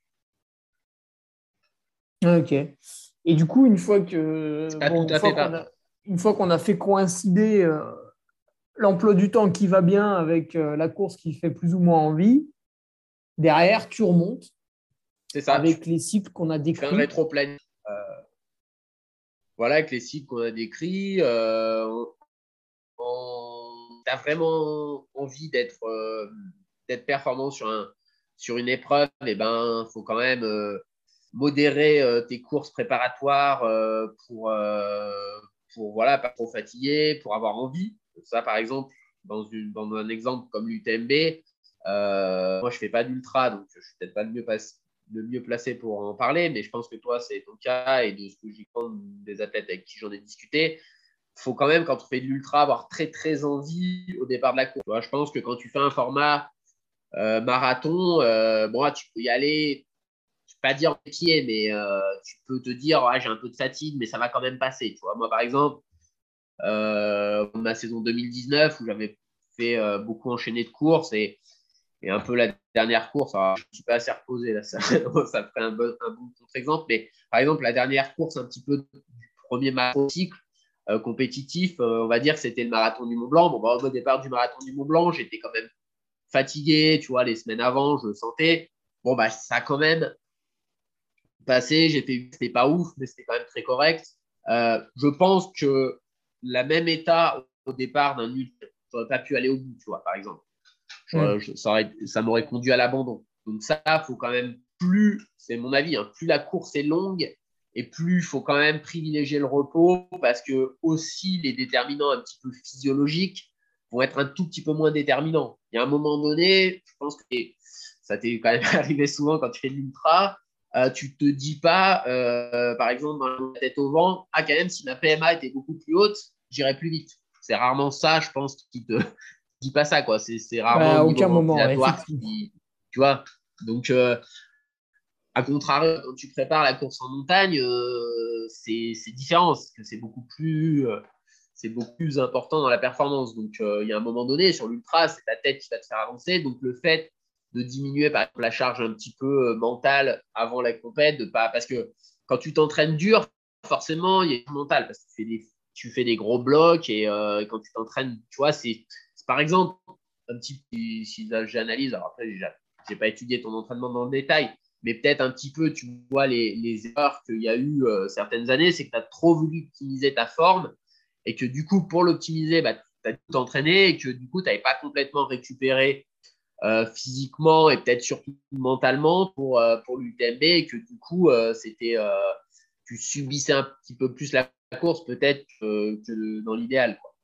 Ok. Et du coup, une fois que bon, une, fois qu'on a, une fois qu'on a fait coïncider euh, l'emploi du temps qui va bien avec euh, la course qui fait plus ou moins envie, derrière, tu remontes. C'est ça. Avec les cycles qu'on a décrits. Tu fais un rétro-planning. Euh, voilà, avec les cycles qu'on a décrits. Euh, on, tu as vraiment envie d'être, euh, d'être performant sur, un, sur une épreuve, et ben, faut quand même euh, modérer euh, tes courses préparatoires euh, pour, euh, pour voilà, pas trop fatiguer, pour avoir envie. Ça, par exemple, dans, une, dans un exemple comme l'U T M B, euh, moi, je ne fais pas d'ultra, donc je ne suis peut-être pas le mieux, pas, le mieux placé pour en parler, mais je pense que toi, c'est ton cas et de ce que j'y compte des athlètes avec qui j'en ai discuté. faut quand même, quand on fait de l'ultra, avoir très, très envie au départ de la course. Tu vois, je pense que quand tu fais un format euh, marathon, euh, bon, là, tu peux y aller, je ne vais pas dire pied, mais euh, tu peux te dire, ouais, j'ai un peu de fatigue, mais ça va quand même passer. Tu vois, moi, par exemple, euh, ma saison deux mille dix-neuf, où j'avais fait euh, beaucoup enchaîné de courses et, et un peu la dernière course, alors, je ne suis pas assez reposé, là, ça, ça ferait un bon, un bon contre-exemple, mais par exemple, la dernière course un petit peu du premier marathon-cycle euh, compétitif, euh, on va dire que c'était le marathon du Mont-Blanc. Bon, bah, au départ du marathon du Mont-Blanc, j'étais quand même fatigué, tu vois, les semaines avant, je le sentais. Bon, bah, ça a quand même passé, j'ai fait, c'était pas ouf, mais c'était quand même très correct. Euh, je pense que la même état au départ d'un ultra, j'aurais pas pu aller au bout, tu vois, par exemple. Je, je, ça, aurait, ça m'aurait conduit à l'abandon. Donc ça, il faut quand même plus, c'est mon avis, hein, plus la course est longue et plus il faut quand même privilégier le repos parce que aussi les déterminants un petit peu physiologiques vont être un tout petit peu moins déterminants. Il y a un moment donné, je pense que ça t'est quand même arrivé souvent quand tu fais de l'ultra, euh, tu te dis pas, euh, par exemple, dans la tête au vent, ah quand même, si ma P M A était beaucoup plus haute, j'irais plus vite. C'est rarement ça, je pense, qui te dit pas ça, quoi. C'est, c'est rarement Bah, à au niveau aucun moment, ventilatoire effectivement. qui, tu vois. Donc, euh, à contrario, quand tu prépares la course en montagne, euh, c'est, c'est différent, parce que c'est beaucoup plus, euh, c'est beaucoup plus important dans la performance. Donc, euh, il y a un moment donné, sur l'ultra, c'est ta tête qui va te faire avancer. Donc, le fait de diminuer, par exemple, la charge un petit peu mentale avant la compète, de pas, parce que quand tu t'entraînes dur, forcément, il y a du mental, parce que tu fais des, tu fais des gros blocs et euh, quand tu t'entraînes, tu vois, c'est, c'est par exemple, un petit, si, si j'analyse, alors après, j'ai, j'ai pas étudié ton entraînement dans le détail, mais peut-être un petit peu, tu vois, les, les erreurs qu'il y a eu euh, certaines années, c'est que tu as trop voulu optimiser ta forme et que du coup, pour l'optimiser, bah, tu as tout entraîné et que du coup, tu n'avais pas complètement récupéré euh, physiquement et peut-être surtout mentalement pour, euh, pour l'U T M B et que du coup, euh, c'était, euh, tu subissais un petit peu plus la course peut-être que, que dans l'idéal, quoi.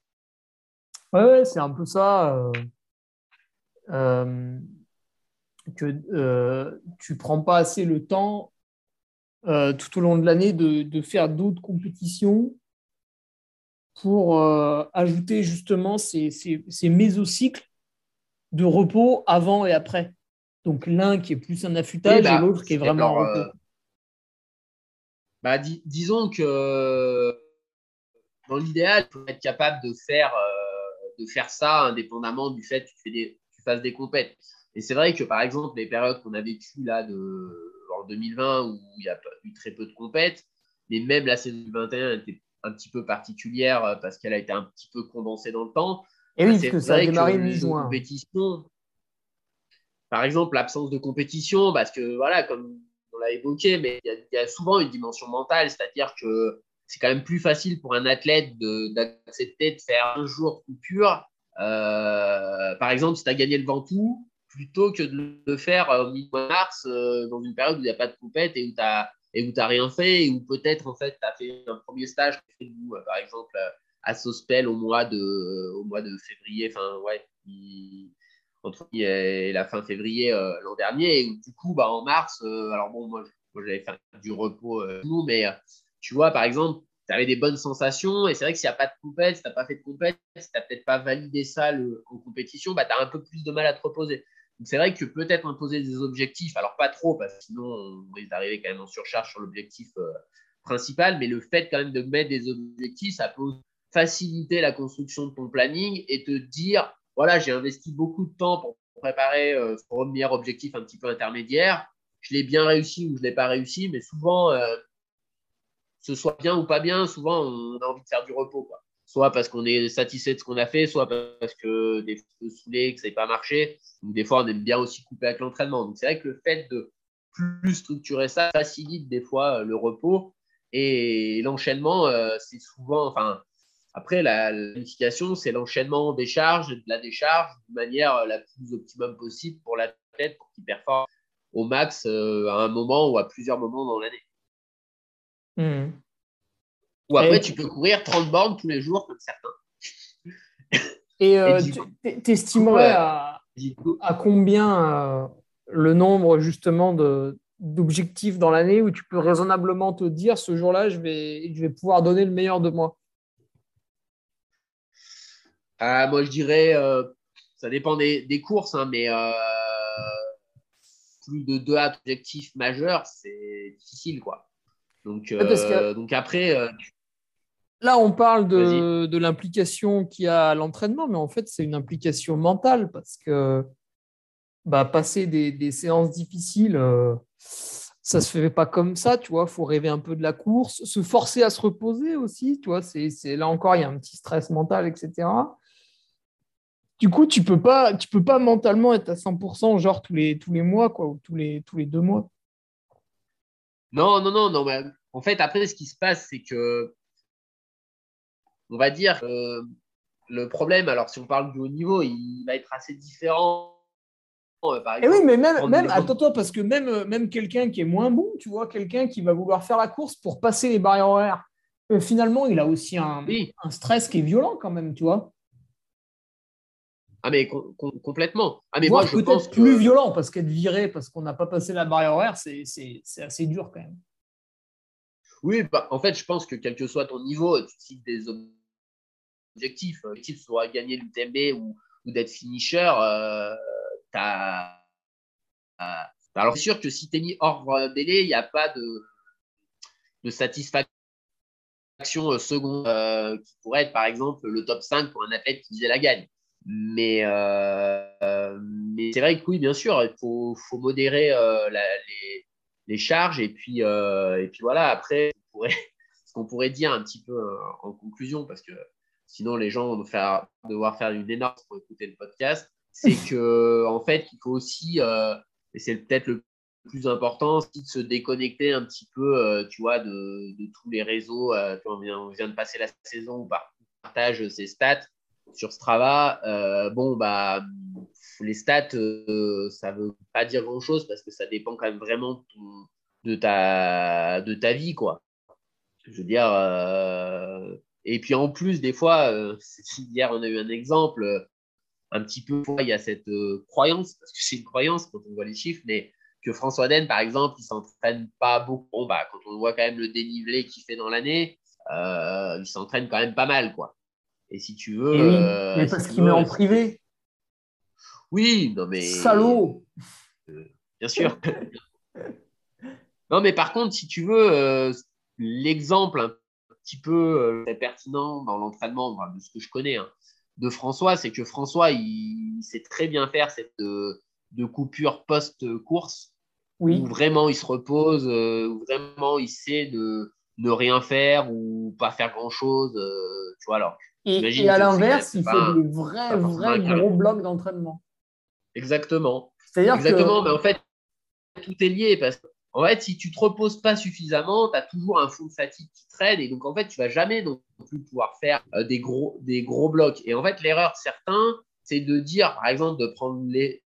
Ouais, ouais, c'est un peu ça. Euh, euh, que euh, tu prends pas assez le temps euh, tout au long de l'année de, de faire d'autres compétitions pour euh, ajouter justement ces, ces, ces mésocycles de repos avant et après. Donc l'un qui est plus un Oui, affûtage et bah, l'autre qui est c'est, vraiment un alors, euh, repos. bah, dis, disons que dans l'idéal, il faut être capable de faire, euh, de faire ça indépendamment du fait que tu, fais des, tu fasses des compètes. Et c'est vrai que, par exemple, les périodes qu'on a vécues là de, en deux mille vingt où il y a eu très peu de compètes, mais même la saison deux mille vingt et un était un petit peu particulière euh, parce qu'elle a été un petit peu condensée dans le temps. Et Bah, oui, parce que c'est ça a vrai que démarré les mi-juin. compétitions, par exemple, l'absence de compétition, parce que voilà, comme on l'a évoqué, mais il y, y, a souvent une dimension mentale, c'est-à-dire que c'est quand même plus facile pour un athlète de, d'accepter de faire un jour de coupure. Euh, par exemple, si tu as gagné le Ventoux, plutôt que de le faire au milieu de mars, euh, dans une période où il n'y a pas de compète et où tu n'as et où tu rien fait, et où peut-être en fait tu as fait un premier stage, euh, par exemple à Sospel au mois de, au mois de février, enfin ouais, il, entre et la fin février euh, l'an dernier. Et du coup, bah, en mars, euh, alors bon, moi, moi j'avais fait du repos, euh, mais euh, tu vois, par exemple, tu avais des bonnes sensations. Et c'est vrai que s'il n'y a pas de compète, si tu n'as pas fait de compète, si tu n'as peut-être pas validé ça le, en compétition, bah, tu as un peu plus de mal à te reposer. Donc c'est vrai que peut-être imposer des objectifs, alors pas trop, parce que sinon on risque d'arriver quand même en surcharge sur l'objectif euh, principal, mais le fait quand même de mettre des objectifs, ça peut faciliter la construction de ton planning et te dire voilà, j'ai investi beaucoup de temps pour préparer euh, ce premier objectif un petit peu intermédiaire. Je l'ai bien réussi ou je ne l'ai pas réussi, mais souvent, euh, ce soit bien ou pas bien, souvent, on a envie de faire du repos, quoi. Soit parce qu'on est satisfait de ce qu'on a fait, soit parce que des fois, saoulé, que ça n'a pas marché. Donc, des fois, on aime bien aussi couper avec l'entraînement. Donc, c'est vrai que le fait de plus structurer ça facilite des fois le repos. Et l'enchaînement, euh, c'est souvent, enfin, après, la planification, c'est l'enchaînement des charges, de la décharge, de manière la plus optimum possible pour l'athlète pour qu'il performe au max euh, à un moment ou à plusieurs moments dans l'année. Mmh. Ou après, Et, tu peux courir trente bornes tous les jours, comme certains. et Et euh, du coup, tu estimerais euh, à, du coup, à combien euh, le nombre justement de, d'objectifs dans l'année où tu peux raisonnablement te dire ce jour-là, je vais, je vais pouvoir donner le meilleur de moi? Ah, moi, je dirais, euh, ça dépend des, des courses, hein, mais euh, plus de deux objectifs majeurs, c'est difficile, quoi. Donc, Ouais, parce que euh, donc après, euh, là, on parle vas-y. de, de l'implication qu'il y a à l'entraînement, mais en fait, c'est une implication mentale parce que bah, passer des, des séances difficiles, euh, ça se fait pas comme ça, tu vois. Il faut rêver un peu de la course, se forcer à se reposer aussi, tu vois. C'est, c'est, là encore, il y a un petit stress mental, et cetera. Du coup, tu peux pas, tu peux pas mentalement être à cent pour cent, genre tous les, tous les mois, quoi, ou tous les, tous les deux mois. Non, non, non, non. Mais en fait, après, ce qui se passe, c'est que, on va dire, euh, le problème, alors si on parle du haut niveau, il va être assez différent. Euh, par Et oui, exemple, mais même, prendre même l'exemple. attends-toi, parce que même, euh, même quelqu'un qui est moins bon, tu vois, quelqu'un qui va vouloir faire la course pour passer les barrières horaires, euh, finalement, il a aussi un, Oui, un stress qui est violent quand même, tu vois. ah, mais com- com- complètement. Ah, mais moi, Voire je pense peut-être plus que, violent, parce qu'être viré parce qu'on n'a pas passé la barrière horaire, c'est, c'est, c'est assez dur quand même. oui, bah, en fait, je pense que quel que soit ton niveau, tu cites des objectifs. L'objectif soit gagner l'U T M B ou, ou d'être finisher. Euh, t'as, t'as- Alors, c'est sûr que si tu es mis hors délai, il n'y a pas de, de satisfaction seconde euh, qui pourrait être, par exemple, le top cinq pour un athlète qui visait la gagne. Mais, euh, euh, mais c'est vrai que oui, bien sûr, il faut, faut modérer euh, la, les, les charges. Et puis, euh, et puis voilà, après, on pourrait, ce qu'on pourrait dire un petit peu euh, en conclusion, parce que sinon les gens vont faire, devoir faire une énorme pour écouter le podcast, c'est que en fait, il faut aussi, euh, et c'est peut-être le plus important, c'est de se déconnecter un petit peu, euh, tu vois, de, de tous les réseaux. Euh, on, vient, on vient de passer la saison où on partage ses stats sur Strava. Euh, bon, bah, les stats, euh, ça veut pas dire grand-chose parce que ça dépend quand même vraiment de, ton, de, ta, de ta vie, quoi. Je veux dire, euh, et puis en plus, des fois, euh, hier on a eu un exemple, euh, un petit peu, il y a cette euh, croyance, parce que c'est une croyance quand on voit les chiffres, mais que François Den, par exemple, il s'entraîne pas beaucoup. Bon, bah, quand on voit quand même le dénivelé qu'il fait dans l'année, euh, il s'entraîne quand même pas mal, quoi. Et si tu veux, Et oui, mais euh, si parce tu qu'il met en veux, si t'es- privé. oui, non mais Salaud! euh, bien sûr. Non, mais par contre, si tu veux, euh, l'exemple un petit peu euh, pertinent dans l'entraînement, enfin, de ce que je connais, hein, de François, c'est que François, il, il sait très bien faire cette euh, de coupure post-course, où Oui. vraiment il se repose, euh, où vraiment il sait ne, ne rien faire ou pas faire grand-chose. Euh, tu vois, alors, Et, et j'imagine à que c'est quand même l'inverse, il fait pas, des vrais, pas forcément vrais un cas. gros blocs d'entraînement. Exactement. C'est-à-dire que, Exactement, mais en fait, tout est lié parce que en fait, si tu te reposes pas suffisamment, tu as toujours un fond de fatigue qui traîne et donc en fait, tu vas jamais non plus pouvoir faire euh, des gros des gros blocs. Et en fait, l'erreur de certains, c'est de dire, par exemple, de prendre les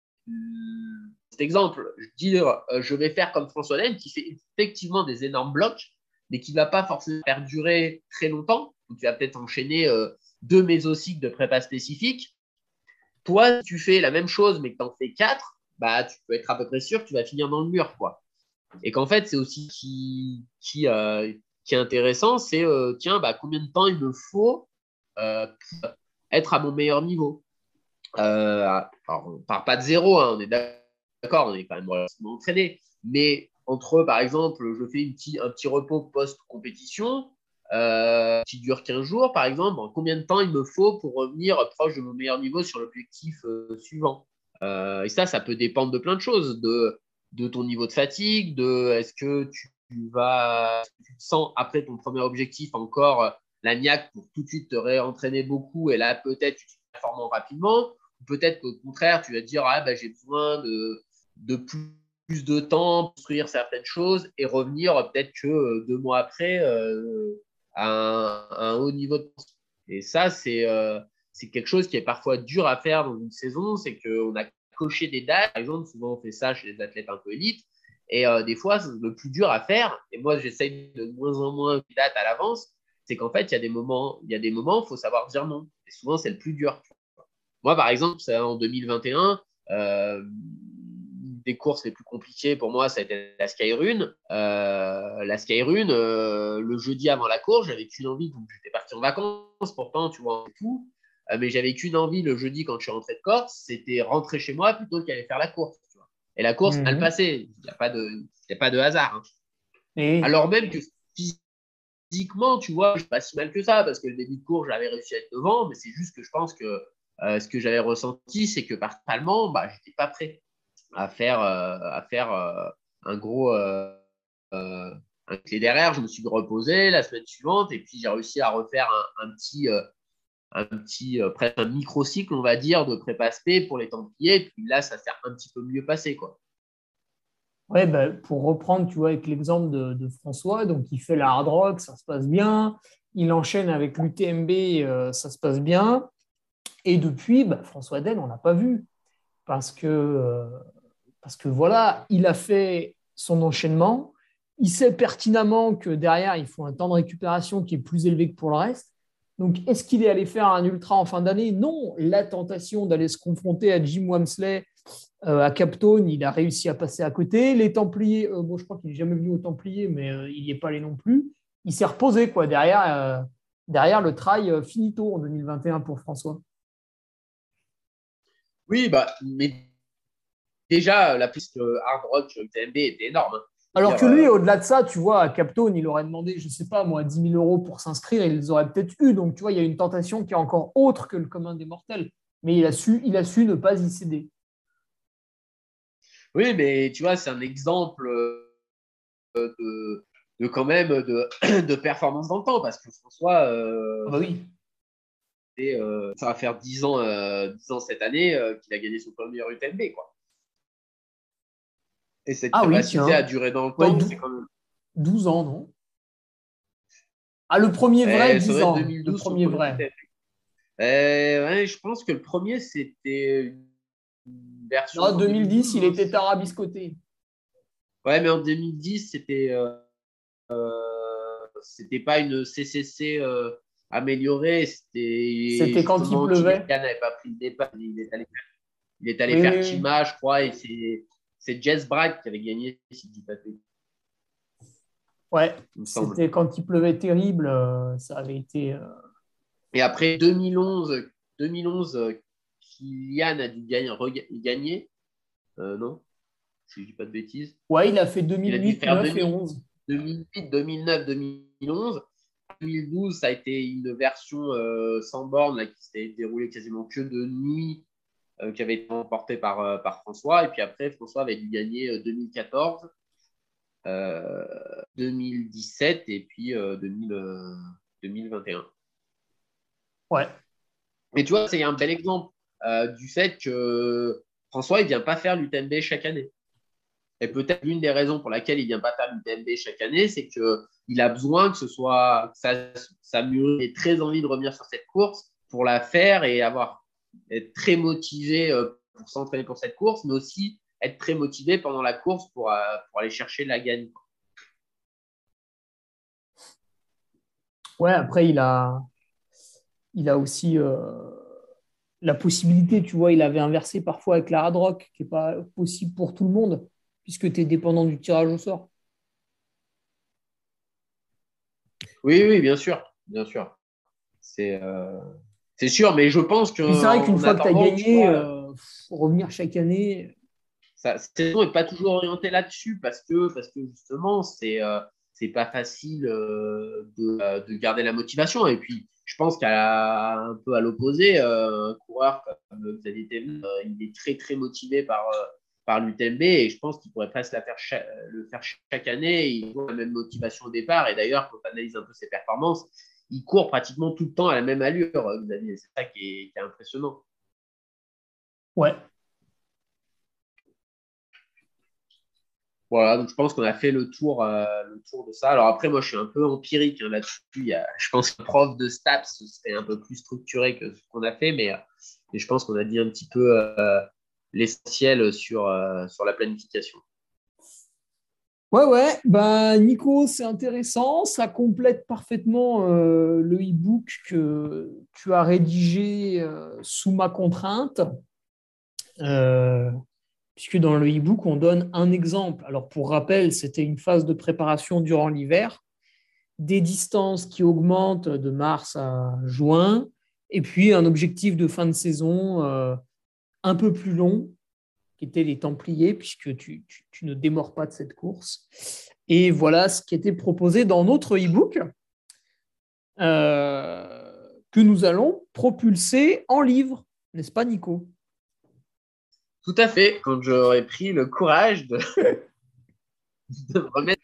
cet exemple, dire euh, je vais faire comme François Laine qui fait effectivement des énormes blocs, mais qui ne va pas forcément faire durer très longtemps. Donc, tu vas peut-être enchaîner euh, deux mésocycles de prépa spécifiques. Toi, si tu fais la même chose, mais que tu en fais quatre, bah, tu peux être à peu près sûr que tu vas finir dans le mur, quoi. Et qu'en fait, c'est aussi qui, qui, euh, qui est intéressant, c'est euh, tiens, bah, combien de temps il me faut euh, pour être à mon meilleur niveau. Euh, alors, on ne part pas de zéro, hein, on est d'accord, on est quand même relativement entraîné. Mais entre, par exemple, je fais une petit, un petit repos post-compétition euh, qui dure quinze jours, par exemple, en combien de temps il me faut pour revenir proche de mon meilleur niveau sur l'objectif euh, suivant. Euh, et ça, ça peut dépendre de plein de choses, de, de ton niveau de fatigue, de est-ce que tu, tu vas, tu te sens après ton premier objectif encore la niaque pour tout de suite te réentraîner beaucoup et là peut-être tu te performes rapidement, ou peut-être qu'au contraire tu vas te dire ah, bah, j'ai besoin de, de plus, plus de temps pour construire certaines choses et revenir peut-être que euh, deux mois après euh, à, un, à un haut niveau de tension. Et ça, c'est, euh, c'est quelque chose qui est parfois dur à faire dans une saison, c'est qu'on a coché des dates. Par exemple, souvent on fait ça chez les athlètes un peu élites. Et euh, des fois, le plus dur à faire, et moi j'essaye de moins en moins de dates à l'avance, c'est qu'en fait, il y a des moments, il y a des moments, il faut savoir dire non. Et souvent, c'est le plus dur. Moi, par exemple, en deux mille vingt et un, euh, des courses les plus compliquées pour moi, ça a été la Skyrun. Euh, la Skyrun, euh, le jeudi avant la course, j'avais qu'une envie, donc j'étais parti en vacances, pourtant, tu vois, tout. Euh, mais j'avais qu'une envie le jeudi quand je suis rentré de Corse, c'était rentrer chez moi plutôt qu'aller faire la course. Tu vois. Et la course, Mhm. mal passée. Il n'y a pas de, il y a pas de hasard. Hein. Et Alors même que physiquement, tu vois, je suis pas si mal que ça parce que le début de course, j'avais réussi à être devant, mais c'est juste que je pense que euh, ce que j'avais ressenti, c'est que parfaitement, bah, j'étais pas prêt à faire, euh, à faire euh, un gros euh, euh, un clé derrière. Je me suis reposé la semaine suivante et puis j'ai réussi à refaire un, un petit, euh, un petit euh, presque un micro-cycle, on va dire, de prépa spé pour les Templiers. Et puis là, ça s'est un petit peu mieux passé, quoi. ouais, bah, pour reprendre, tu vois, avec l'exemple de, de François, donc il fait la hard rock, ça se passe bien. Il enchaîne avec l'U T M B, euh, ça se passe bien. Et depuis, bah, François Den, on l'a pas vu parce que, euh, parce que voilà, il a fait son enchaînement. Il sait pertinemment que derrière, il faut un temps de récupération qui est plus élevé que pour le reste. Donc, est-ce qu'il est allé faire un ultra en fin d'année? Non. La tentation d'aller se confronter à Jim Wamsley euh, à Capstone, il a réussi à passer à côté. Les Templiers, euh, bon, je crois qu'il n'est jamais venu aux Templiers, mais euh, il n'y est pas allé non plus. Il s'est reposé quoi, derrière, euh, derrière le trail euh, finito en deux mille vingt et un pour François. Oui, bah, mais déjà, la piste euh, hard rock sur U T M B était énorme. Hein. Alors Dire, que lui, euh, au-delà de ça, tu vois, à Capstone, il aurait demandé, je ne sais pas moi, dix mille euros pour s'inscrire, et ils les auraient peut-être eu. Donc, tu vois, il y a une tentation qui est encore autre que le commun des mortels. Mais il a su, il a su ne pas y céder. oui, mais tu vois, c'est un exemple euh, de, de quand même de, de performance dans le temps parce que François, Ah euh, bah oui. et, euh, ça va faire dix ans, euh, dix ans cette année euh, qu'il a gagné son premier U T M B. Quoi. Et cette Ah oui, capacité à tiens. durer dans le Ouais, temps, dou- c'est quand même. douze ans, non? Ah, le premier vrai, Eh, ça dix doit être ans. Le deux mille douze, son premier premier vrai. U T M B. Eh, ouais, je pense que le premier, c'était une version Non, en deux mille dix, deux mille douze. il Hein. était tarabiscoté. Ouais, mais en deux mille dix, c'était euh, euh, c'était pas une C C C euh, améliorée. C'était C'était quand il justement Kylian pleuvait. n'avait pas pris le départ. Il est allé, il est allé Oui, oui, faire oui. Kima, je crois, et c'est c'est Jess Bragg qui avait gagné, si je dis pas de bêtises, Ouais, il me semble. c'était quand il pleuvait terrible. euh, ça avait été. euh, Et après deux mille onze, deux mille onze euh, Kylian a dû gagner, rega- gagner euh, non, si je dis pas de bêtises. Ouais, il a fait Il a dû deux mille huit, faire neuf et deux mille, onze. deux mille huit, deux mille neuf, deux mille onze. deux mille douze, ça a été une version euh, sans borne là, qui s'est déroulée quasiment que de nuit, euh, qui avait été remportée par, euh, par François. Et puis après, François avait dû gagner euh, deux mille quatorze, euh, deux mille dix-sept et puis euh, deux mille, euh, deux mille vingt et un. Ouais. Et tu vois, c'est un bel exemple euh, du fait que François, il ne vient pas faire l'U T M B chaque année. Et peut-être l'une des raisons pour laquelle il ne vient pas faire l'U T M B chaque année, c'est qu'il a besoin que ce soit, que ça, ça mûrisse, ait très envie de revenir sur cette course pour la faire et avoir, être très motivé euh, pour s'entraîner pour cette course, mais aussi être très motivé pendant la course pour, euh, pour aller chercher la gagne. Ouais, après, il a, il a aussi euh, la possibilité, tu vois, il avait inversé parfois avec la hard rock, qui n'est pas possible pour tout le monde, puisque tu es dépendant du tirage au sort. Oui, oui, bien sûr, bien sûr. C'est euh, c'est sûr, mais je pense Puis c'est vrai qu'une qu'en fois que tu as attendant, tu gagné, vois, euh, faut revenir chaque année. sa saison n'est pas toujours orientée là-dessus parce que, parce que justement, c'est euh, c'est pas facile euh, de, euh, de garder la motivation. Et puis, je pense qu'à un peu à l'opposé, euh, un coureur comme Xavier Thévenin, euh, il est très très motivé par, euh, par l'U T M B et je pense qu'il pourrait presque la faire chaque, le faire chaque année. Il a la même motivation au départ. Et d'ailleurs, quand on analyse un peu ses performances, il court pratiquement tout le temps à la même allure, Xavier. C'est ça qui est, qui est impressionnant. Ouais. Voilà, donc je pense qu'on a fait le tour, euh, le tour de ça. Alors après, moi, je suis un peu empirique hein, là-dessus. Il y a, je pense que prof de stats serait un peu plus structuré que ce qu'on a fait, mais, euh, mais je pense qu'on a dit un petit peu euh, l'essentiel sur, euh, sur la planification. Ouais, ouais, bah, Nico, c'est intéressant. Ça complète parfaitement euh, le e-book que tu as rédigé euh, sous ma contrainte. Euh, puisque dans le e-book, on donne un exemple. Alors, pour rappel, c'était une phase de préparation durant l'hiver, des distances qui augmentent de mars à juin, Et puis un objectif de fin de saison euh, un peu plus long, qui était les Templiers, puisque tu, tu, tu ne démords pas de cette course. Et voilà ce qui était proposé dans notre e-book euh, que nous allons propulser en livre, n'est-ce pas, Nico? Tout à fait, quand j'aurais pris le courage de, de me remettre.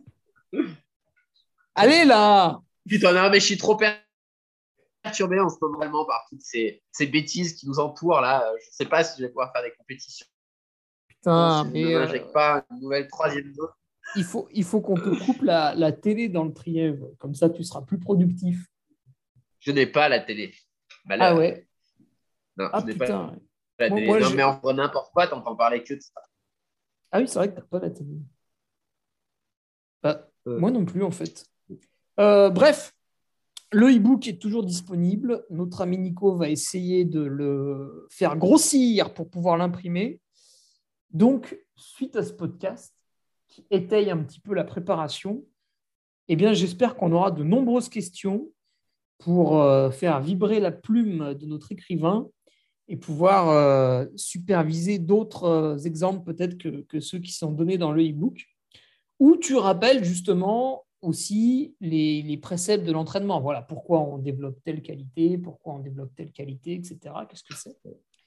Allez là! Putain, non, mais je suis trop perturbé en ce moment vraiment par toutes ces, ces bêtises qui nous entourent là. Je ne sais pas si je vais pouvoir faire des compétitions. Putain, si je mais ne euh, m'injecte pas une nouvelle troisième dose. il faut, il faut qu'on te coupe la, la télé dans le trièvre. Comme ça, tu seras plus productif. Je n'ai pas la télé. Ah Malheur. ouais? Non, Ah je n'ai pas putain. la Moi, télé. moi, non, je- mais en n'importe quoi, t'entends parler que de ça. Ah oui, c'est vrai que t'as pas la télé. Bah, Euh. moi non plus, en fait. Euh, bref, le e-book est toujours disponible. Notre ami Nico va essayer de le faire grossir pour pouvoir l'imprimer. Donc, suite à ce podcast qui étaye un petit peu la préparation, eh bien, j'espère qu'on aura de nombreuses questions pour euh, faire vibrer la plume de notre écrivain et pouvoir euh, superviser d'autres euh, exemples peut-être que, que ceux qui sont donnés dans le e-book, où tu rappelles justement aussi les, les préceptes de l'entraînement. Voilà, pourquoi on développe telle qualité, pourquoi on développe telle qualité, et cetera. Qu'est-ce que c'est?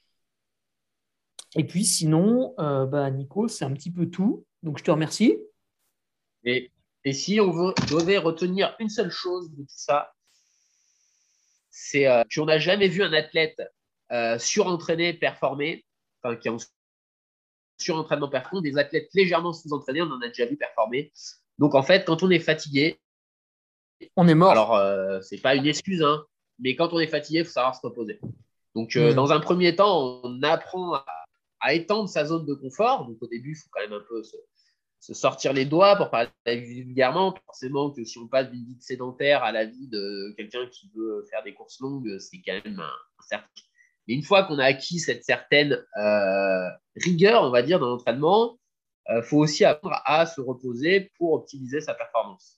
Et puis sinon, euh, bah, Nico, c'est un petit peu tout. Donc je te remercie. Et, et si on veut, devait retenir une seule chose de tout ça, c'est euh, qu'on n'a jamais vu un athlète euh, surentraîné, performer, enfin qui est en surentraînement performant, des athlètes légèrement sous-entraînés, on en a déjà vu performer. Donc en fait, quand on est fatigué, On est mort. alors euh, c'est pas une excuse, hein, mais quand on est fatigué, il faut savoir se reposer. Donc euh, Mmh. dans un premier temps, on apprend à, à étendre sa zone de confort. Donc au début, il faut quand même un peu se, se sortir les doigts pour parler vulgairement. Forcément que si on passe d'une vie de sédentaire à la vie de quelqu'un qui veut faire des courses longues, c'est quand même un, un certain. Mais une fois qu'on a acquis cette certaine euh, rigueur, on va dire, dans l'entraînement, il euh, faut aussi apprendre à se reposer pour optimiser sa performance.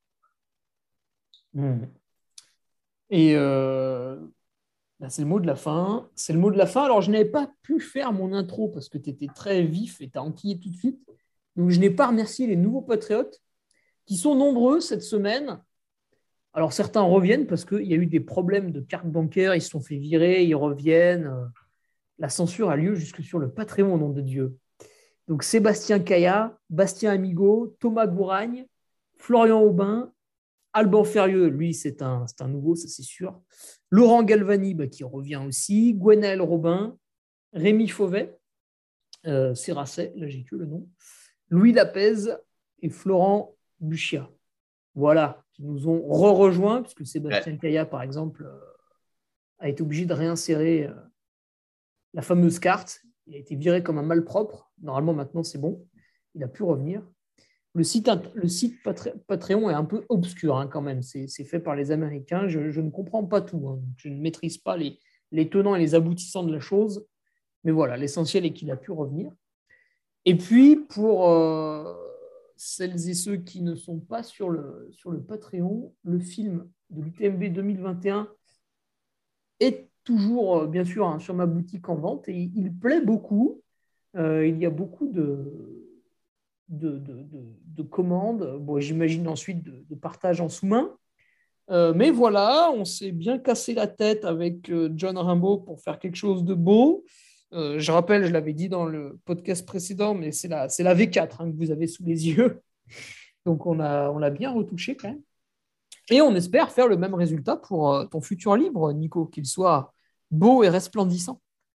Mmh. Et euh, bah, c'est le mot de la fin. C'est le mot de la fin. Alors, je n'avais pas pu faire mon intro parce que tu étais très vif et tu as enquillé tout de suite. Donc, je n'ai pas remercié les nouveaux patriotes qui sont nombreux cette semaine. Alors, certains reviennent parce qu'il y a eu des problèmes de carte bancaire. Ils se sont fait virer, ils reviennent. La censure a lieu jusque sur le Patreon, au nom de Dieu. Donc, Sébastien Caillat, Bastien Amigo, Thomas Gouragne, Florian Aubin, Alban Ferrieux, lui, c'est un, c'est un nouveau, ça c'est sûr. Laurent Galvani, bah, qui revient aussi. Gwenaël Robin, Rémi Fauvet, euh, Sérasset, là j'ai que le nom. Louis Lapez et Florent Buchia. Voilà, qui nous ont re-rejoints, puisque Sébastien Ouais. Caillat, par exemple, euh, a été obligé de réinsérer euh, la fameuse carte. Il a été viré comme un malpropre. Normalement, maintenant, c'est bon. Il a pu revenir. Le site, le site Patreon est un peu obscur hein, quand même. C'est, c'est fait par les Américains. Je, je ne comprends pas tout. Hein. Je ne maîtrise pas les, les tenants et les aboutissants de la chose. Mais voilà, l'essentiel est qu'il a pu revenir. Et puis, pour euh, celles et ceux qui ne sont pas sur le, sur le Patreon, le film de l'U T M B deux mille vingt et un est toujours, euh, bien sûr, hein, sur ma boutique en vente. Et il plaît beaucoup. Euh, il y a beaucoup de De, de, de, de commandes, bon, j'imagine ensuite de, de partage en sous-main. Euh, mais voilà, on s'est bien cassé la tête avec euh, John Rimbaud pour faire quelque chose de beau. Euh, je rappelle, je l'avais dit dans le podcast précédent, mais c'est la, c'est la V quatre hein, que vous avez sous les yeux. Donc on, a, on l'a bien retouché quand même. Et on espère faire le même résultat pour euh, ton futur livre, Nico, qu'il soit beau et resplendissant.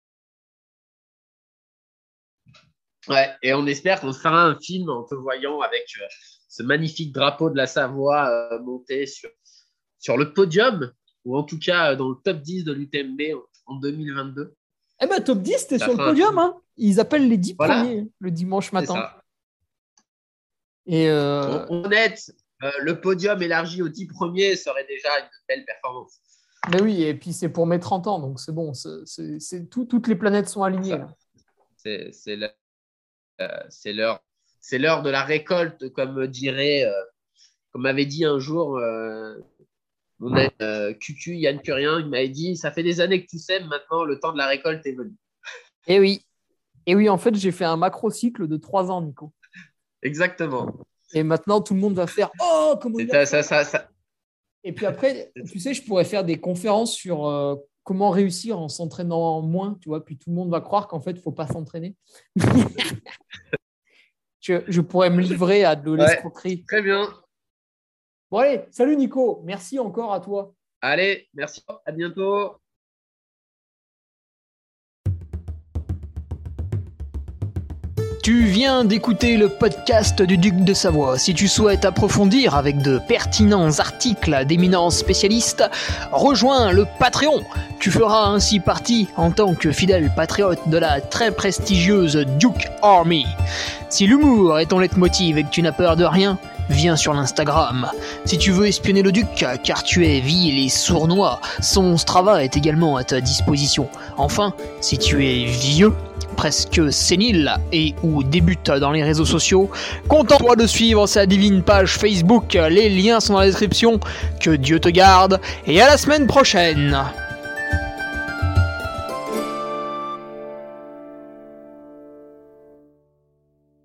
Ouais, et on espère qu'on fera un film en te voyant avec euh, ce magnifique drapeau de la Savoie euh, monté sur, sur le podium, ou en tout cas euh, dans le top dix de l'U T M B en, en deux mille vingt-deux. Eh ben, top dix, t'es Ça sur le fera un podium. film. Hein. Ils appellent les dix Voilà, premiers le dimanche c'est matin. ça. Et euh... Bon, honnête, euh, le podium élargi aux dix premiers serait déjà une belle performance. Mais oui, et puis c'est pour mes trente ans, donc c'est bon. C'est, c'est, c'est tout, toutes les planètes sont alignées. Là. C'est, c'est, le, euh, c'est, l'heure, c'est l'heure de la récolte, comme dirait, euh, comme m'avait dit un jour euh, mon ami euh, Cucu, Yann Curien, il m'avait dit, ça fait des années que tu sèmes, maintenant le temps de la récolte est venu. Et oui. Et oui, en fait, j'ai fait un macro-cycle de trois ans, Nico. Exactement. Et maintenant, tout le monde va faire « Oh, comment il ça, a ça, ça, ça. Et puis après, tu sais, je pourrais faire des conférences sur euh, comment réussir en s'entraînant moins, tu vois, puis tout le monde va croire qu'en fait, il ne faut pas s'entraîner. je, je pourrais me livrer à de l'escroquerie. Ouais, très bien. Bon, allez, salut Nico. Merci encore à toi. Allez, merci. À bientôt. Tu viens d'écouter le podcast du Duc de Savoie. Si tu souhaites approfondir avec de pertinents articles d'éminents spécialistes, rejoins le Patreon. Tu feras ainsi partie en tant que fidèle patriote de la très prestigieuse Duke Army. Si l'humour est ton leitmotiv et que tu n'as peur de rien, viens sur l'Instagram. Si tu veux espionner le Duc, car tu es vil et sournois, son Strava est également à ta disposition. Enfin, si tu es vieux, presque sénile et ou débute dans les réseaux sociaux, contente-toi de suivre sa divine page Facebook, les liens sont dans la description. Que Dieu te garde et à la semaine prochaine.